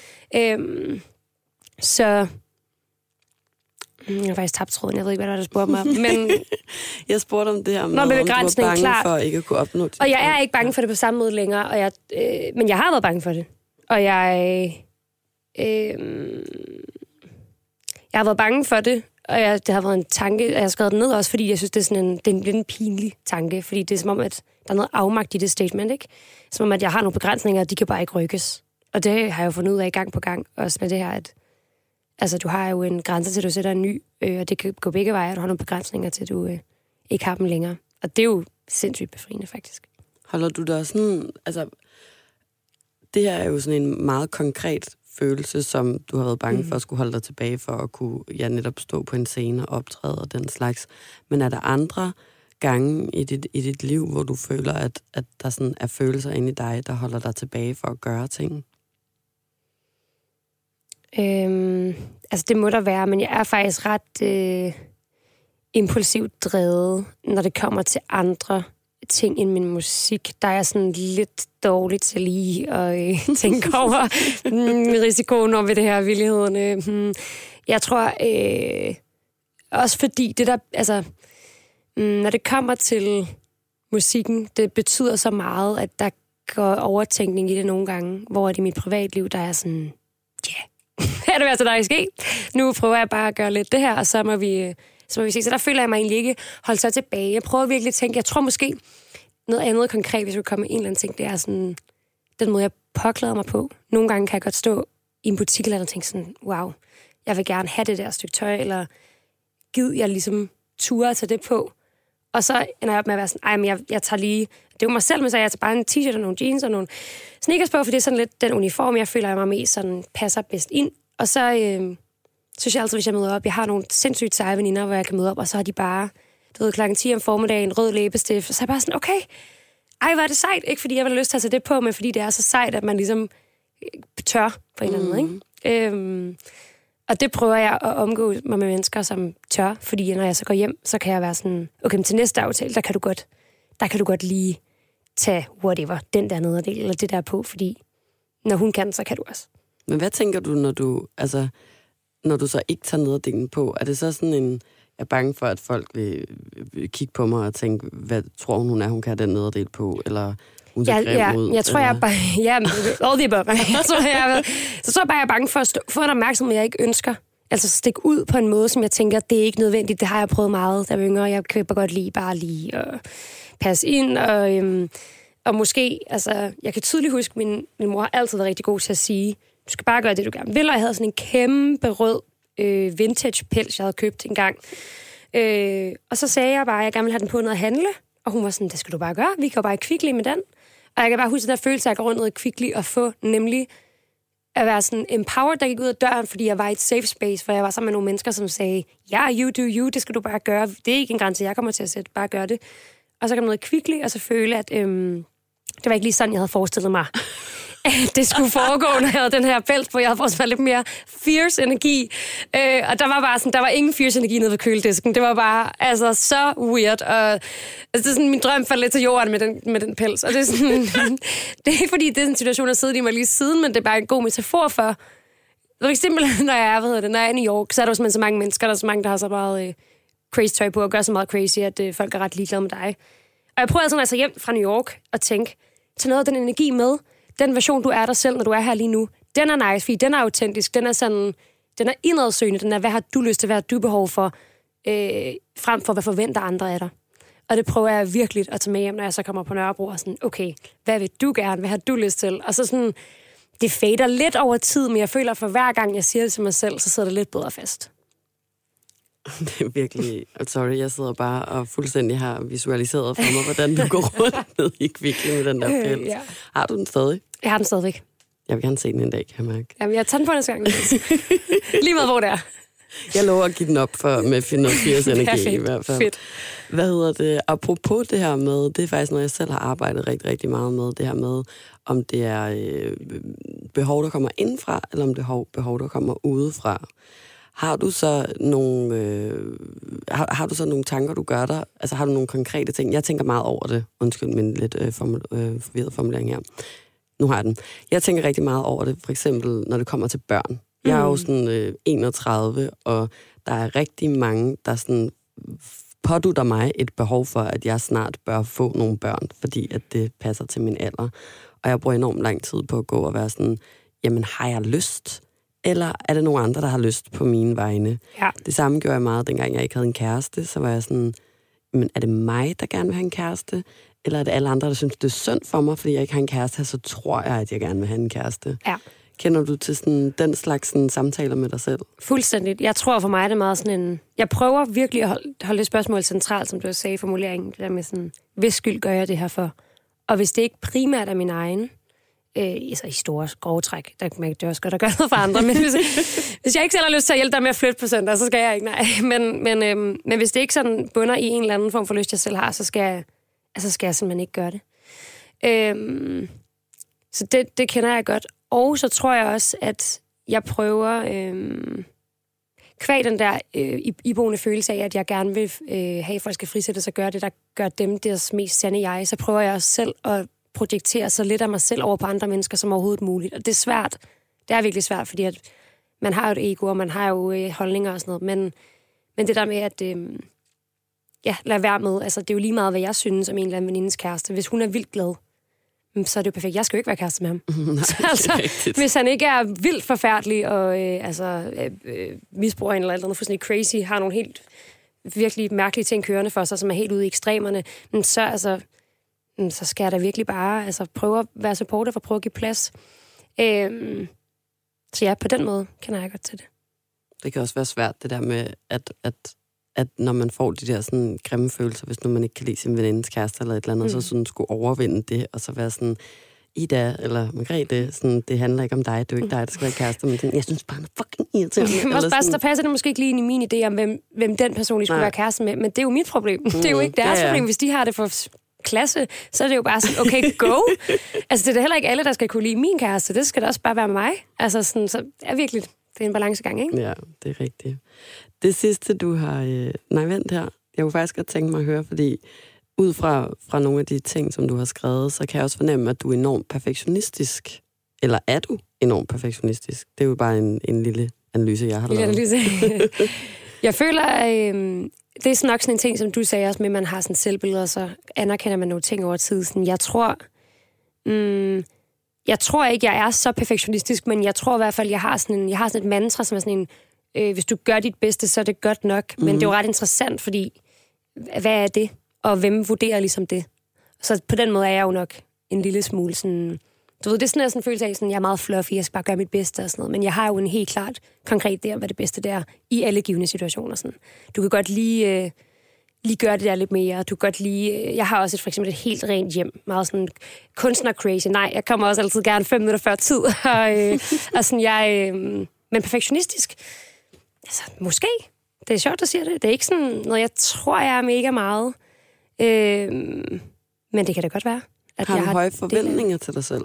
[SPEAKER 3] Øhm, så jeg har faktisk tabt tråden, jeg ved ikke, hvad der, der spurgte mig. Men
[SPEAKER 2] jeg spurgte om det her,
[SPEAKER 3] med, om du var bange klar.
[SPEAKER 2] for at ikke at kunne opnå det.
[SPEAKER 3] Og jeg er ikke bange for det på samme måde længere, og jeg, øh, men jeg har været bange for det. Og jeg, øh, jeg har været bange for det, og jeg, det har været en tanke, og jeg har skrevet den ned også, fordi jeg synes, det er sådan en, det er en lidt en pinlig tanke, fordi det er som om, at der er noget afmagt i det statement, ikke? Som om, at jeg har nogle begrænsninger, og de kan bare ikke rykkes. Og det har jeg jo fundet ud af gang på gang, også med det her, at altså, du har jo en grænse til, at du sætter en ny, øh, og det kan gå begge veje, at du har nogle begrænsninger til, at du øh, ikke har dem længere. Og det er jo sindssygt befriende, faktisk.
[SPEAKER 2] Holder du dig sådan, altså, det her er jo sådan en meget konkret følelse, som du har været bange mm. for at skulle holde dig tilbage for at kunne, ja, netop stå på en scene og optræde og den slags. Men er der andre gange i dit, i dit liv, hvor du føler, at, at der sådan er følelser inde i dig, der holder dig tilbage for at gøre ting?
[SPEAKER 3] Øhm, altså, det må der være, men jeg er faktisk ret øh, impulsivt drevet, når det kommer til andre ting end min musik. Der er jeg sådan lidt dårligt til lige at øh, tænke over mm, risikoen over ved det her, villigheden. Mm, jeg tror, øh, også fordi det der, altså, mm, når det kommer til musikken, det betyder så meget, at der går overtænkning i det nogle gange, hvor det i mit privatliv, der er sådan, ja, yeah, hvad er det værste, der er sket? Nu prøver jeg bare at gøre lidt det her, og så må vi, så må vi se. Så der føler jeg mig egentlig ikke holdt så tilbage. Jeg prøver virkelig at tænke, jeg tror måske noget andet konkret, hvis vi kommer med en eller anden ting, det er sådan, den måde, jeg påklæder mig på. Nogle gange kan jeg godt stå i en butik eller tænke sådan, wow, jeg vil gerne have det der stykke tøj, eller gid jeg ligesom ture at tage det på. Og så ender jeg op med at være sådan, ej, men jeg, jeg tager lige, det er jo mig selv, men så jeg tager bare en t-shirt og nogle jeans og nogle sneakers på, for det er sådan lidt den uniform, jeg føler, jeg mig mest sådan passer bedst ind. Og så øh, synes jeg altid, hvis jeg møder op, jeg har nogle sindssygt seje veninder, hvor jeg kan møde op, og så har de bare, du ved, klokken ti om formiddagen, rød læbestift, og så er jeg bare sådan, okay, ej, hvor er det sejt, ikke fordi jeg vil have lyst til at tage det på, men fordi det er så sejt, at man ligesom tør på en eller anden måde, ikke? Øhm, Og det prøver jeg at omgå mig med mennesker, som tør, fordi når jeg så går hjem, så kan jeg være sådan, okay, men til næste aftale, der kan du godt, der kan du godt lige tage whatever, den der nederdel, eller det der på, fordi når hun kan, så kan du også.
[SPEAKER 2] Men hvad tænker du, når du, altså, når du så ikke tager nederdelen på? Er det så sådan en, jeg er bange for, at folk vil, vil kigge på mig og tænke, hvad tror hun, hun er, hun kan have den nederdel på, eller hun ser
[SPEAKER 3] ja,
[SPEAKER 2] grim
[SPEAKER 3] ja,
[SPEAKER 2] ud?
[SPEAKER 3] Jeg tror,
[SPEAKER 2] eller?
[SPEAKER 3] jeg er bare, ja, all the above. Jeg tror, jeg, så tror jeg bare, jeg er bange for at stå, få en opmærksomhed, jeg ikke ønsker. Altså stikke ud på en måde, som jeg tænker, det er ikke nødvendigt. Det har jeg prøvet meget, da jeg var yngre. Jeg kan bare godt lide bare lige at passe ind. Og, øhm, og måske, altså, jeg kan tydeligt huske, at min, min mor har altid været rigtig god til at sige, du skal bare gøre det, du gerne vil. Og jeg havde sådan en kæmpe rød øh, vintage pels, jeg havde købt engang. Øh, og så sagde jeg bare, at jeg gerne ville have den på noget at handle. Og hun var sådan, det skal du bare gøre. Vi kan jo bare i Kvickly med den. Og jeg kan bare huske den der følelse, at jeg går rundt i Kvickly og få nemlig at være sådan empowered, der gik ud af døren, fordi jeg var i et safe space, hvor jeg var sammen med nogle mennesker, som sagde, ja, you do you, det skal du bare gøre. Det er ikke en grænse, jeg kommer til at sætte, bare gør det. Og så kan man noget Kvickly, og så føle, at øhm, det var ikke lige sådan, jeg havde forestillet mig, at det skulle foregå, når jeg havde den her pels, hvor jeg havde forestillet lidt mere fierce energi. Øh, og der var bare sådan, der var ingen fierce energi nede ved køledisken. Det var bare, altså, så weird. Og altså, det er sådan, min drøm faldt lidt til jorden med den, med den pels. Og det er sådan, det er ikke fordi, det er en situation, der sidder i mig lige siden, men det er bare en god metafor for, for eksempel, når jeg er, hvad hedder det, når jeg er i New York, så er der jo simpelthen så mange mennesker, der er så mange, der har så meget øh, crazy tøj på, og gør så meget crazy, at øh, folk er ret ligeglade med dig. Og jeg prøver altså, når jeg tager hjem fra New York, og tænke, tage noget af den energi med, den version, du er dig selv, når du er her lige nu, den er nice, fordi den er autentisk, den er sådan, den er indadsøgende, den er, hvad har du lyst til, hvad har du behov for, øh, frem for, hvad forventer andre af dig. Og det prøver jeg virkelig at tage med hjem, når jeg så kommer på Nørrebro, og sådan, okay, hvad vil du gerne, hvad har du lyst til? Og så sådan, det fader lidt over tid, men jeg føler, at for hver gang, jeg siger det til mig selv, så sidder det lidt bedre fast.
[SPEAKER 2] Det er virkelig... Sorry, jeg sidder bare og fuldstændig har visualiseret for mig, hvordan du går rundt ned i Kvickly med den der pels. Øh, ja. Har du den stadig?
[SPEAKER 3] Jeg har den stadigvæk.
[SPEAKER 2] Jeg vil gerne se den en dag, kan jeg mærke.
[SPEAKER 3] Jamen, jeg tager den på næste gang. Lige med, hvor det er.
[SPEAKER 2] Jeg lover at give den op for, med noget firs energi i hvert fald.
[SPEAKER 3] Fedt.
[SPEAKER 2] Hvad hedder det? Apropos det her med, det er faktisk noget, jeg selv har arbejdet rigtig, rigtig meget med, det her med, om det er øh, behov, der kommer indfra, eller om det er behov, der kommer udefra. Har du så nogle, øh, har, har du så nogle tanker, du gør der? Altså har du nogle konkrete ting? Jeg tænker meget over det. Undskyld min lidt øh, formul, øh, forvirrede formulering her. Nu har jeg den. Jeg tænker rigtig meget over det, for eksempel når det kommer til børn. Jeg er jo sådan øh, enogtredive, og der er rigtig mange, der sådan pådutter mig et behov for, at jeg snart bør få nogle børn, fordi at det passer til min alder. Og jeg bruger enormt lang tid på at gå og være sådan, jamen har jeg lyst? Eller er det nogen andre, der har lyst på mine vegne?
[SPEAKER 3] Ja.
[SPEAKER 2] Det samme gjorde jeg meget, dengang jeg ikke havde en kæreste. Så var jeg sådan, men er det mig, der gerne vil have en kæreste? Eller er det alle andre, der synes, det er synd for mig, fordi jeg ikke har en kæreste, så tror jeg, at jeg gerne vil have en kæreste?
[SPEAKER 3] Ja.
[SPEAKER 2] Kender du til sådan, den slags sådan, samtaler med dig selv?
[SPEAKER 3] Fuldstændigt. Jeg tror for mig, det er meget sådan en... Jeg prøver virkelig at holde, holde det spørgsmål centralt, som du sagde i formuleringen. Det der med sådan, hvis skyld gør jeg det her for? Og hvis det ikke primært er min egen, øh, altså i store grove træk, der kan man ikke også godt at gøre noget for andre, men hvis, hvis jeg ikke selv har lyst til at hjælpe dig med at flytte på søndag, så skal jeg ikke, nej. Men, men, øh, men hvis det ikke sådan bunder i en eller anden form for lyst, jeg selv har, så skal jeg, altså skal jeg simpelthen ikke gøre det. Øh, så det, det kender jeg godt. Og så tror jeg også, at jeg prøver, øh, kvæg den der øh, iboende følelse af, at jeg gerne vil øh, have, at folk skal frisætte sig og gøre det, der gør dem deres mest sande jeg, så prøver jeg også selv at projektere så lidt af mig selv over på andre mennesker som overhovedet muligt. Og det er svært. Det er virkelig svært, fordi at man har jo et ego, og man har jo øh, holdninger og sådan noget. Men, men det der med, at øh, ja, lad være med, altså det er jo lige meget, hvad jeg synes om en eller anden venindes kæreste. Hvis hun er vildt glad, så er det jo perfekt. Jeg skal jo ikke være kæreste med ham.
[SPEAKER 2] Nej,
[SPEAKER 3] altså, hvis han ikke er vildt forfærdelig og øh, altså, øh, misbruger en eller andet fuldstændig crazy, har nogle helt virkelig mærkelige ting kørende for sig, som er helt ude i ekstremerne, men så, altså, så skal jeg da virkelig bare altså, prøve at være supporter for at prøve at give plads. Øhm, så ja, på den måde kender jeg godt til det.
[SPEAKER 2] Det kan også være svært, det der med, at, at, at når man får de der sådan grimme følelser, hvis nu man ikke kan lide sin venindes kæreste eller et eller andet, mm. så sådan skulle overvinde det, og så være sådan, Ida eller Margrethe, sådan, det handler ikke om dig, det er jo ikke dig, der skal være kæreste, men sådan, jeg synes bare, han er fucking irriterende.
[SPEAKER 3] Også bare, der passer det måske ikke lige ind i min idé om, hvem, hvem den person skulle Nej. være kæreste med, men det er jo mit problem. Mm, det er jo ikke deres ja, ja. problem. Hvis de har det for klasse, så er det jo bare sådan, okay, go. Altså, det er da heller ikke alle, der skal kunne lide min kæreste. Det skal da også bare være med mig. Altså, sådan, så er virkelig, det er en balancegang, ikke?
[SPEAKER 2] Ja, det er rigtigt. Det sidste, du har... Øh, nej, vent her. Jeg kunne faktisk godt tænke mig at høre, fordi ud fra, fra nogle af de ting, som du har skrevet, så kan jeg også fornemme, at du er enormt perfektionistisk. Eller er du enormt perfektionistisk? Det er jo bare en, en lille analyse, jeg har lavet.
[SPEAKER 3] Analyse. Jeg føler, øh, det er sådan nok sådan en ting, som du sagde også med, at man har sådan selvbilleder, og så anerkender man nogle ting over tid. Sådan, jeg tror... Mm, jeg tror ikke, jeg er så perfektionistisk, men jeg tror i hvert fald, jeg har sådan, en, jeg har sådan et mantra, som er sådan en, øh, hvis du gør dit bedste, så er det godt nok. Mm. Men det er jo ret interessant, fordi hvad er det? Og hvem vurderer ligesom det? Så på den måde er jeg jo nok en lille smule sådan... Du ved, det er sådan, sådan en følelse af, sådan, jeg er meget fluffy, jeg skal bare gøre mit bedste og sådan noget. Men jeg har jo en helt klart konkret der, hvad det bedste der er i alle givne situationer. Sådan. Du kan godt lige, øh, lige gøre det der lidt mere. Du kan godt lige... Øh, jeg har også et, for eksempel et helt rent hjem. Meget sådan kunstner-crazy. Nej, jeg kommer også altid gerne fem minutter før tid. og, øh, og sådan, jeg... Øh, men perfektionistisk? Altså, måske. Det er sjovt, at sige det. Det er ikke sådan noget, jeg tror, jeg er mega meget. Øh, men det kan da godt være. At
[SPEAKER 2] har du
[SPEAKER 3] jeg har
[SPEAKER 2] høje forventninger til dig selv?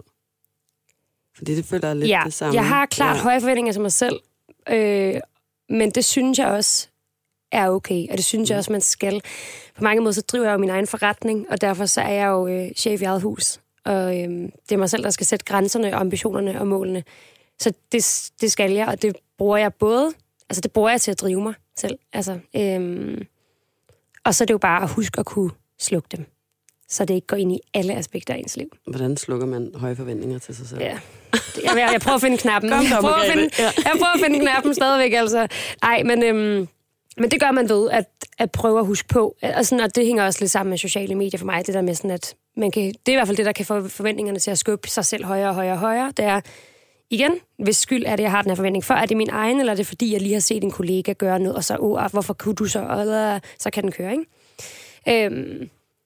[SPEAKER 2] Fordi det føler jeg lidt
[SPEAKER 3] ja,
[SPEAKER 2] det samme.
[SPEAKER 3] Jeg har klart
[SPEAKER 2] ja.
[SPEAKER 3] høje forventninger til mig selv, øh, men det synes jeg også er okay, og det synes mm. jeg også, man skal. På mange måder, så driver jeg jo min egen forretning, og derfor så er jeg jo øh, chef i eget hus, og øh, det er mig selv, der skal sætte grænserne, ambitionerne og målene. Så det, det skal jeg, og det bruger jeg både, altså det bruger jeg til at drive mig selv, altså, øh, og så er det jo bare at huske at kunne slukke dem, så det ikke går ind i alle aspekter af ens liv.
[SPEAKER 2] Hvordan slukker man høje forventninger til sig selv?
[SPEAKER 3] Ja. Jeg, jeg, jeg prøver at finde knappen.
[SPEAKER 2] Kom,
[SPEAKER 3] jeg, prøver at finde,
[SPEAKER 2] ja.
[SPEAKER 3] jeg prøver at finde knappen stadigvæk, altså. Nej, men, øhm, men det gør man ved at, at prøve at huske på. Altså, og det hænger også lidt sammen med sociale medier for mig, det der med sådan, at man kan, det er i hvert fald det, der kan få forventningerne til at skubbe sig selv højere og højere og højere. Det er, igen, hvis skyld er det, jeg har den her forventning for, er det min egen, eller er det fordi, jeg lige har set en kollega gøre noget, og så, oh, hvorfor kunne du så, og så kan den køre, ikke? Øhm,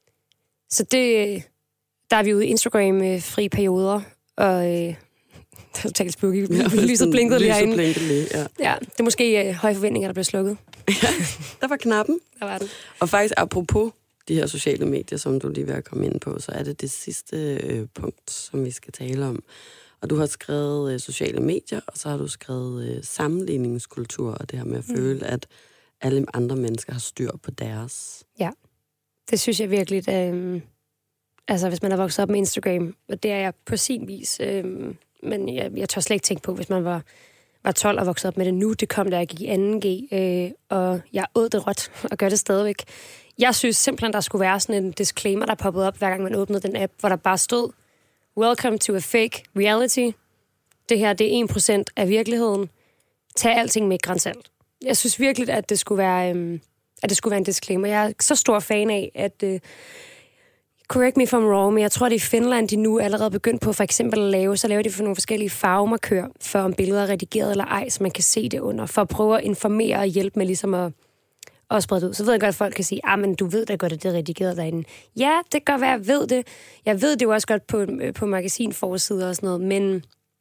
[SPEAKER 3] Så det, der er vi ude i Instagram-fri perioder, og øh, det er totalt spooky.
[SPEAKER 2] Ja,
[SPEAKER 3] lyset blinkede lige herinde.
[SPEAKER 2] Blinkede lige, ja.
[SPEAKER 3] Ja, det er måske øh, høje forventninger, der blev slukket.
[SPEAKER 2] Ja, der var knappen.
[SPEAKER 3] Der var den.
[SPEAKER 2] Og faktisk apropos de her sociale medier, som du lige vil komme ind på, så er det det sidste øh, punkt, som vi skal tale om. Og du har skrevet øh, sociale medier, og så har du skrevet øh, sammenligningskultur, og det her med at mm. føle, at alle andre mennesker har styr på deres.
[SPEAKER 3] Ja. Det synes jeg virkelig, øh, altså hvis man er vokset op med Instagram, og det er jeg på sin vis, øh, men jeg, jeg tør slet ikke tænke på, hvis man var, var tolv og vokset op med det nu. Det kom, da jeg gik i anden G, øh, og jeg åd det råt og gør det stadigvæk. Jeg synes simpelthen, der skulle være sådan en disclaimer, der poppede op, hver gang man åbnede den app, hvor der bare stod, welcome to a fake reality. Det her, det er en procent af virkeligheden. Tag alting med grænsalt. Jeg synes virkelig, at det skulle være... Øh, at det skulle være en disclaimer. Jeg er så stor fan af, at... Uh, correct me if I'm wrong, men jeg tror, det i Finland, de nu allerede begyndt på for eksempel at lave, så laver de for nogle forskellige farvemarkører, for om billeder er redigeret eller ej, så man kan se det under, for at prøve at informere og hjælpe med ligesom at, at sprede det ud. Så ved jeg godt, at folk kan sige, ah, men du ved da godt, at det er redigeret derinde. Ja, det kan godt være, jeg ved det. Jeg ved det jo også godt på, på magasinforsider og sådan noget, men...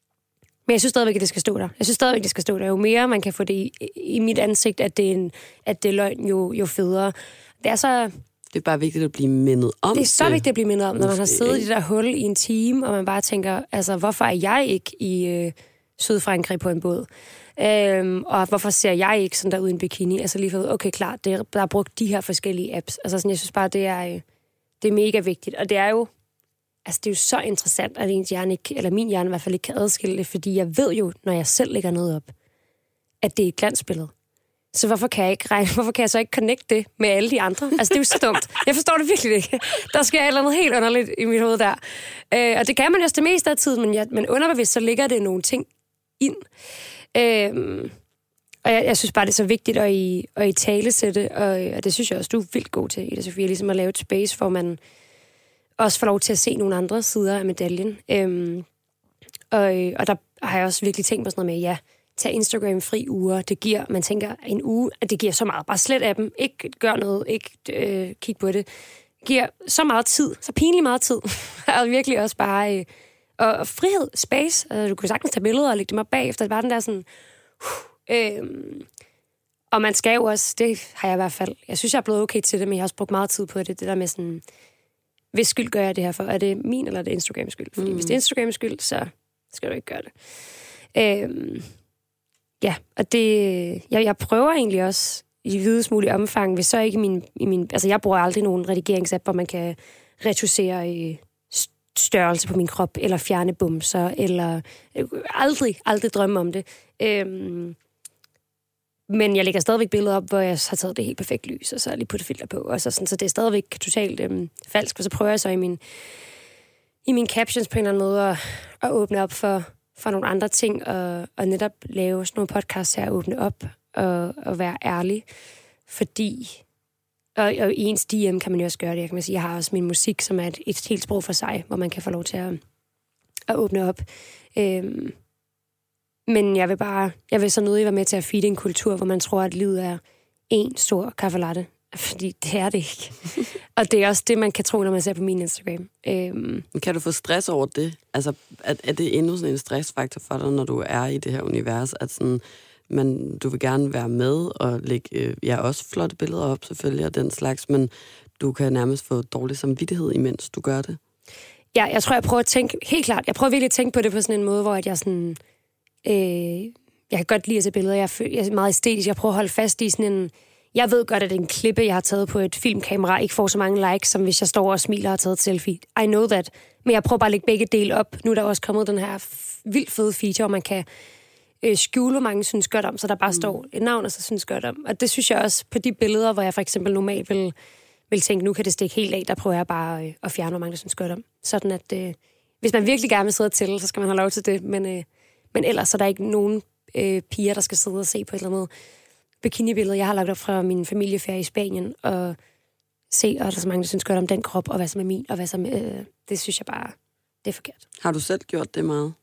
[SPEAKER 3] Men jeg synes stadigvæk, at det skal stå der. Jeg synes stadigvæk, at det skal stå der. Jo mere man kan få det i, i mit ansigt, at det er, en, at det er løgn, jo, jo federe. Det er så...
[SPEAKER 2] Det er bare vigtigt at blive mindet om.
[SPEAKER 3] Det er så vigtigt at blive mindet om, når man har siddet
[SPEAKER 2] ikke?
[SPEAKER 3] i det der hul i en time, og man bare tænker, altså, hvorfor er jeg ikke i øh, Sydfrankrig på en båd? Øhm, og hvorfor ser jeg ikke sådan der ud i en bikini? Altså lige for, okay, klart, det er, der er brugt de her forskellige apps. Altså sådan, jeg synes bare, det er, øh, det er mega vigtigt. Og det er jo... Altså, det er jo så interessant, at ens hjerne ikke, eller min hjerne i hvert fald ikke kan adskille det, fordi jeg ved jo, når jeg selv lægger noget op, at det er et glansbillede. Så hvorfor kan jeg ikke regne, hvorfor kan jeg så ikke connecte det med alle de andre? Altså, det er jo så dumt. Jeg forstår det virkelig ikke. Der sker et eller andet helt underligt i mit hoved der. Øh, og det kan man jo også det meste af tiden, men, jeg, men underbevidst, så ligger det nogle ting ind. Øh, og jeg, jeg synes bare, det er så vigtigt at i, at i talesætte, og, og det synes jeg også, du er vildt god til, Ida Sofia, ligesom at lave et space, hvor man også får lov til at se nogle andre sider af medaljen. Øhm, og, og der har jeg også virkelig tænkt på sådan noget med, ja, tag Instagram-fri uger. Det giver, man tænker, en uge, at det giver så meget. Bare slet af dem. Ikke gør noget. Ikke øh, kig på det. Det giver så meget tid. Så pinlig meget tid. Og virkelig også bare... Øh, og, og frihed, space. Altså, du kan sagtens tage billeder og lægge dem op bagefter. Det var den der sådan... Uh, øh, og man skal jo også... Det har jeg i hvert fald... Jeg synes, jeg er blevet okay til det, men jeg har også brugt meget tid på det. Det der med sådan... Hvis skyld gør jeg det her for? Er det min, eller er det Instagrams skyld? Fordi mm. hvis det er Instagrams skyld, så skal du ikke gøre det. Øhm, ja, og det, jeg, jeg prøver egentlig også i videst mulig omfang, hvis så ikke i min, i min, altså jeg bruger aldrig nogen redigeringsapp, hvor man kan retusere øh, størrelse på min krop, eller fjerne bumser, eller øh, aldrig, aldrig drømme om det. Øhm, men jeg lægger stadigvæk billeder op, hvor jeg har taget det helt perfekt lys, og så lige puttet filter på, og så, sådan, så det er stadigvæk totalt øhm, falsk, og så prøver jeg så i min, i mine captions på en eller anden måde at, at åbne op for, for nogle andre ting, og, og netop lave sådan nogle podcasts her, åbne op og, og være ærlig, fordi Og, og i ens D M kan man jo også gøre det. Jeg kan man sige, jeg har også min musik, som er et, et helt sprog for sig, hvor man kan få lov til at, at åbne op. Øhm, men jeg vil bare, jeg vil så nødig være med til at feede en kultur, hvor man tror, at livet er en stor kaffe latte. Fordi det er det ikke. Og det er også det, man kan tro, når man ser på min Instagram. Øhm.
[SPEAKER 2] Kan du få stress over det? Altså, er, er det endnu sådan en stressfaktor for dig, når du er i det her univers, at sådan... Men du vil gerne være med og lægge, øh, ja, også flotte billeder op selvfølgelig og den slags, men du kan nærmest få dårlig samvittighed, imens du gør det.
[SPEAKER 3] Ja, jeg tror, jeg prøver at tænke, helt klart, jeg prøver virkelig at tænke på det på sådan en måde, hvor at jeg sådan, øh, jeg kan godt lide at se billeder, jeg, føler, jeg er meget æstetisk, jeg prøver at holde fast i sådan en, jeg ved godt, at en klippe, jeg har taget på et filmkamera, ikke får så mange likes, som hvis jeg står og smiler og har taget et selfie. I know that, men jeg prøver bare at lægge begge dele op. Nu er der også kommet den her vildt fede feature, hvor man kan skjule, hvor mange synes godt om, så der bare mm. står et navn, og så synes godt om. Og det synes jeg også på de billeder, hvor jeg for eksempel normalt vil, vil tænke, nu kan det stikke helt af, der prøver jeg bare øh, at fjerne, hvor mange der synes godt om. Sådan at, øh, hvis man virkelig gerne vil sidde og tælle, så skal man have lov til det, men, øh, men ellers er der ikke nogen øh, piger, der skal sidde og se på et eller andet bikini-billede, jeg har lagt op fra min familieferie i Spanien, og se, og der er så mange, der synes godt om den krop, og hvad så med min, og hvad så med, øh, det synes jeg bare, det er forkert.
[SPEAKER 2] Har du selv gjort det meget?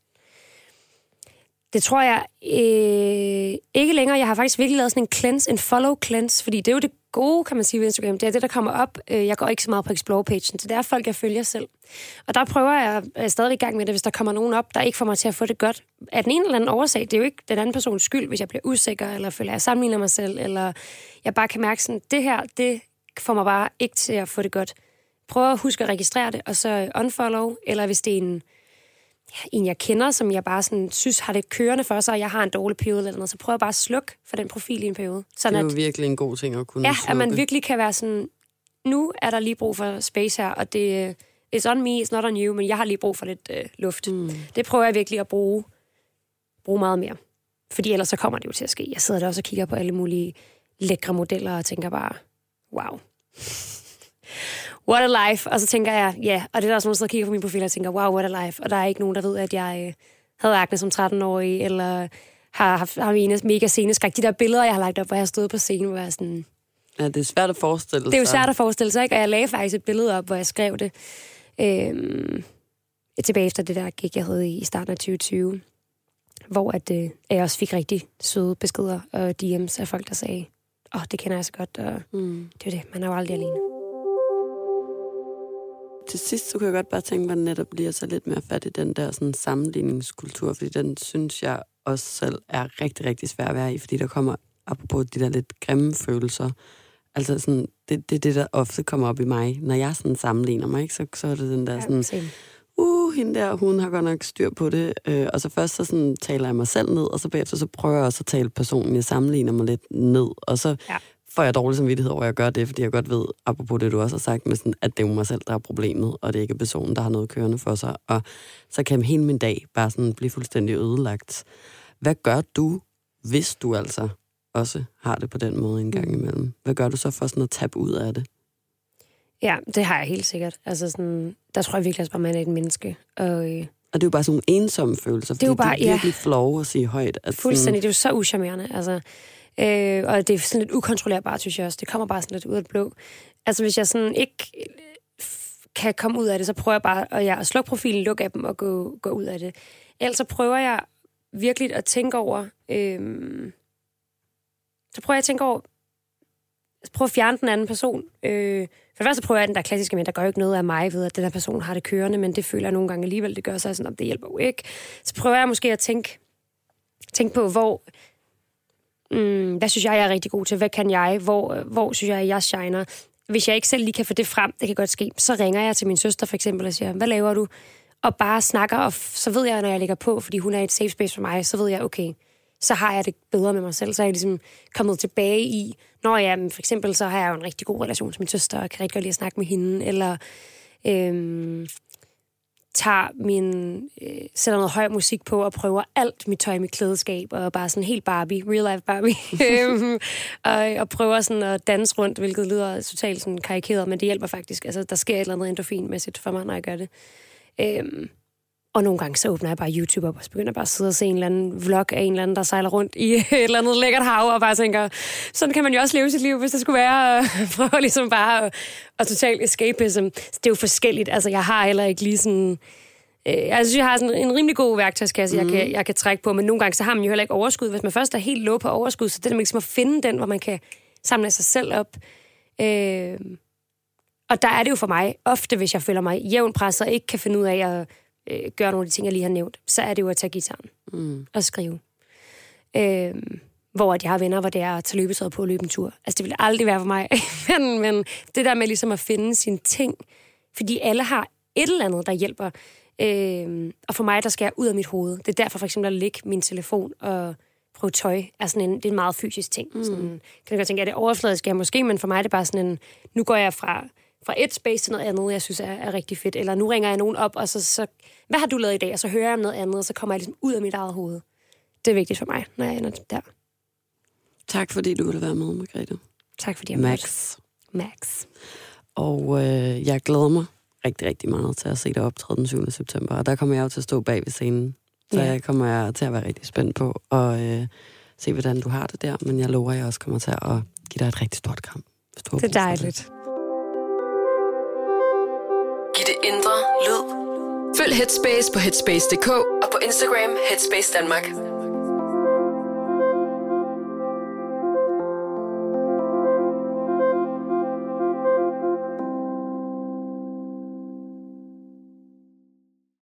[SPEAKER 3] Det tror jeg øh, ikke længere. Jeg har faktisk virkelig lavet sådan en cleanse, en follow cleanse, fordi det er jo det gode, kan man sige, ved Instagram. Det er det, der kommer op. Jeg går ikke så meget på explore-pagen, så det er folk, jeg følger selv. Og der prøver jeg, jeg er stadig i gang med det, hvis der kommer nogen op, der ikke får mig til at få det godt. Af den ene eller anden årsag, det er jo ikke den anden persons skyld, hvis jeg bliver usikker, eller føler, jeg sammenligner mig selv, eller jeg bare kan mærke sådan, det her, det får mig bare ikke til at få det godt. Prøv at huske at registrere det, og så unfollow, eller hvis det er en en, jeg kender, som jeg bare sådan, synes har det kørende for sig, og jeg har en dårlig periode eller noget, så prøver jeg bare at slukke for den profil i en periode. Sådan
[SPEAKER 2] det er jo
[SPEAKER 3] at,
[SPEAKER 2] virkelig en god ting at kunne
[SPEAKER 3] ja,
[SPEAKER 2] slukke.
[SPEAKER 3] at man virkelig kan være sådan, nu er der lige brug for space her, og det it's on me, it's not on you, men jeg har lige brug for lidt øh, luft. Mm. Det prøver jeg virkelig at bruge, bruge meget mere. Fordi ellers så kommer det jo til at ske. Jeg sidder der også og kigger på alle mulige lækre modeller og tænker bare, wow. What a life. Og så tænker jeg, ja, yeah. Og det er der også nogen, der kigger på min profil og tænker, wow, what a life. Og der er ikke nogen, der ved, at jeg øh, havde akne som tretten-årig, eller har haft har en mega sceneskræk. De der billeder, jeg har lagt op, hvor jeg har stået på scenen, hvor jeg sådan...
[SPEAKER 2] Ja, det er svært at forestille sig.
[SPEAKER 3] Det er jo svært at forestille sig, ikke? Og jeg lagde faktisk et billede op, hvor jeg skrev det øh, tilbage efter det der gik, jeg havde i starten af tyve tyve, hvor at, øh, jeg også fik rigtig søde beskeder og D M's af folk, der sagde, åh, oh, det kender jeg så godt, og mm. det er det, man er jo aldrig alene.
[SPEAKER 2] Til sidst, så kunne jeg godt bare tænke mig netop lige at tage lidt mere fat i den der sådan, sammenligningskultur, fordi den synes jeg også selv er rigtig, rigtig svær at være i, fordi der kommer, apropos de der lidt grimme følelser, altså sådan, det, det er det, der ofte kommer op i mig, når jeg sådan sammenligner mig, ikke? Så, så er det den der sådan, ja, uh, hende der, hun har godt nok styr på det, øh, og så først så sådan, taler jeg mig selv ned, og så bagefter så prøver jeg også at tale personen, jeg sammenligner mig lidt ned, og så ja. får jeg dårlig samvittighed over, at jeg gør det, fordi jeg godt ved, apropos det, du også har sagt, med sådan, at det er mig selv, der er problemet, og det er ikke personen, der har noget kørende for sig. Og så kan hele min dag bare sådan blive fuldstændig ødelagt. Hvad gør du, hvis du altså også har det på den måde en gang imellem? Hvad gør du så for sådan at tabe ud af det?
[SPEAKER 3] Ja, det har jeg helt sikkert. Altså sådan, der tror jeg virkelig også bare, man er et menneske. Og, øh...
[SPEAKER 2] og det er jo bare sådan nogle ensomme følelser, fordi det er, jo bare, det er virkelig ja. flove at sige højt. At
[SPEAKER 3] fuldstændig, sådan... det er jo så uschammerende, altså... Øh, og det er sådan lidt ukontrollerbart, synes jeg også. Det kommer bare sådan lidt ud af det blå. Altså, hvis jeg sådan ikke kan komme ud af det, så prøver jeg bare at, ja, at slukke profilen, lukke af dem og gå, gå ud af det. Ellers så prøver jeg virkelig at tænke over... Øh, så prøver jeg at tænke over... Prøv at fjerne den anden person. Øh, for det første prøver jeg den der klassiske med, der gør ikke noget af mig ved, at den her person har det kørende, men det føler jeg nogle gange alligevel, det gør sig sådan, om det hjælper jo ikke. Så prøver jeg måske at tænke, tænke på, hvor... Mm, hvad synes jeg, jeg er rigtig god til? Hvad kan jeg? Hvor, hvor synes jeg, jeg shiner? Hvis jeg ikke selv lige kan få det frem, det kan godt ske, så ringer jeg til min søster for eksempel og siger, hvad laver du? Og bare snakker, og så ved jeg, når jeg lægger på, fordi hun er et safe space for mig, så ved jeg, okay, så har jeg det bedre med mig selv. Så er jeg ligesom kommet tilbage i, når jeg for eksempel, så har jeg jo en rigtig god relation til min søster, og kan rigtig godt lide at snakke med hende, eller øhm, tager min, øh, sætter noget høj musik på, og prøver alt mit tøj i mit klædeskab, og bare sådan helt Barbie, real life Barbie, og, og prøver sådan at danse rundt, hvilket lyder totalt sådan karikeret, men det hjælper faktisk. Altså, der sker et eller andet endorfinmæssigt for mig, når jeg gør det. Øhm, Og nogle gange så åbner jeg bare YouTube op, og så begynder jeg bare at sidde og se en eller anden vlog af en eller anden, der sejler rundt i et eller andet lækkert hav, og bare tænker, sådan kan man jo også leve sit liv, hvis det skulle være, og prøve ligesom bare at, at totalt escapism. Så det er jo forskelligt. Altså, jeg har heller ikke lige sådan... Øh, jeg synes, jeg har sådan en rimelig god værktøjskasse, mm. jeg, kan, jeg kan trække på, men nogle gange så har man jo heller ikke overskud. Hvis man først er helt lå på overskud, så det er det ligesom at finde den, hvor man kan samle sig selv op. Øh, og der er det jo for mig, ofte hvis jeg føler mig jævnt presset, og ikke kan finde ud af at øh, gøre nogle af de ting, jeg lige har nævnt, så er det jo at tage guitaren mm. og skrive. Øh, hvor at jeg har venner, hvor det er at tage løbetøjet på og løbe en tur. Altså, det vil aldrig være for mig. men, men det der med ligesom at finde sine ting, fordi alle har et eller andet, der hjælper. Øh, og for mig, der skal jeg ud af mit hoved. Det er derfor for eksempel at lægge min telefon og prøve tøj. Er sådan en, det er en meget fysisk ting. Mm. Sådan, kan jeg godt tænke, at det overfladisk er måske, men for mig er det bare sådan en, nu går jeg fra, fra et space til noget andet, jeg synes er, er rigtig fedt. Eller nu ringer jeg nogen op, og så, så, hvad har du lavet i dag? Og så hører jeg om noget andet, og så kommer jeg ligesom ud af mit eget hoved. Det er vigtigt for mig, når jeg ender der.
[SPEAKER 2] Tak fordi du ville være med, Margrethe.
[SPEAKER 3] Tak fordi jeg
[SPEAKER 2] Max.
[SPEAKER 3] måtte. Max.
[SPEAKER 2] Og øh, jeg glæder mig rigtig, rigtig meget til at se dig optræde den syvende september. Og der kommer jeg jo til at stå bag ved scenen. Så ja. jeg kommer jeg til at være rigtig spændt på og øh, se, hvordan du har det der. Men jeg lover, at jeg også kommer til at give dig et rigtig stort kram. Hvis du
[SPEAKER 3] det er dejligt.
[SPEAKER 1] Giv det indre lyd. Følg Headspace på headspace punktum d k og på Instagram Headspace Danmark.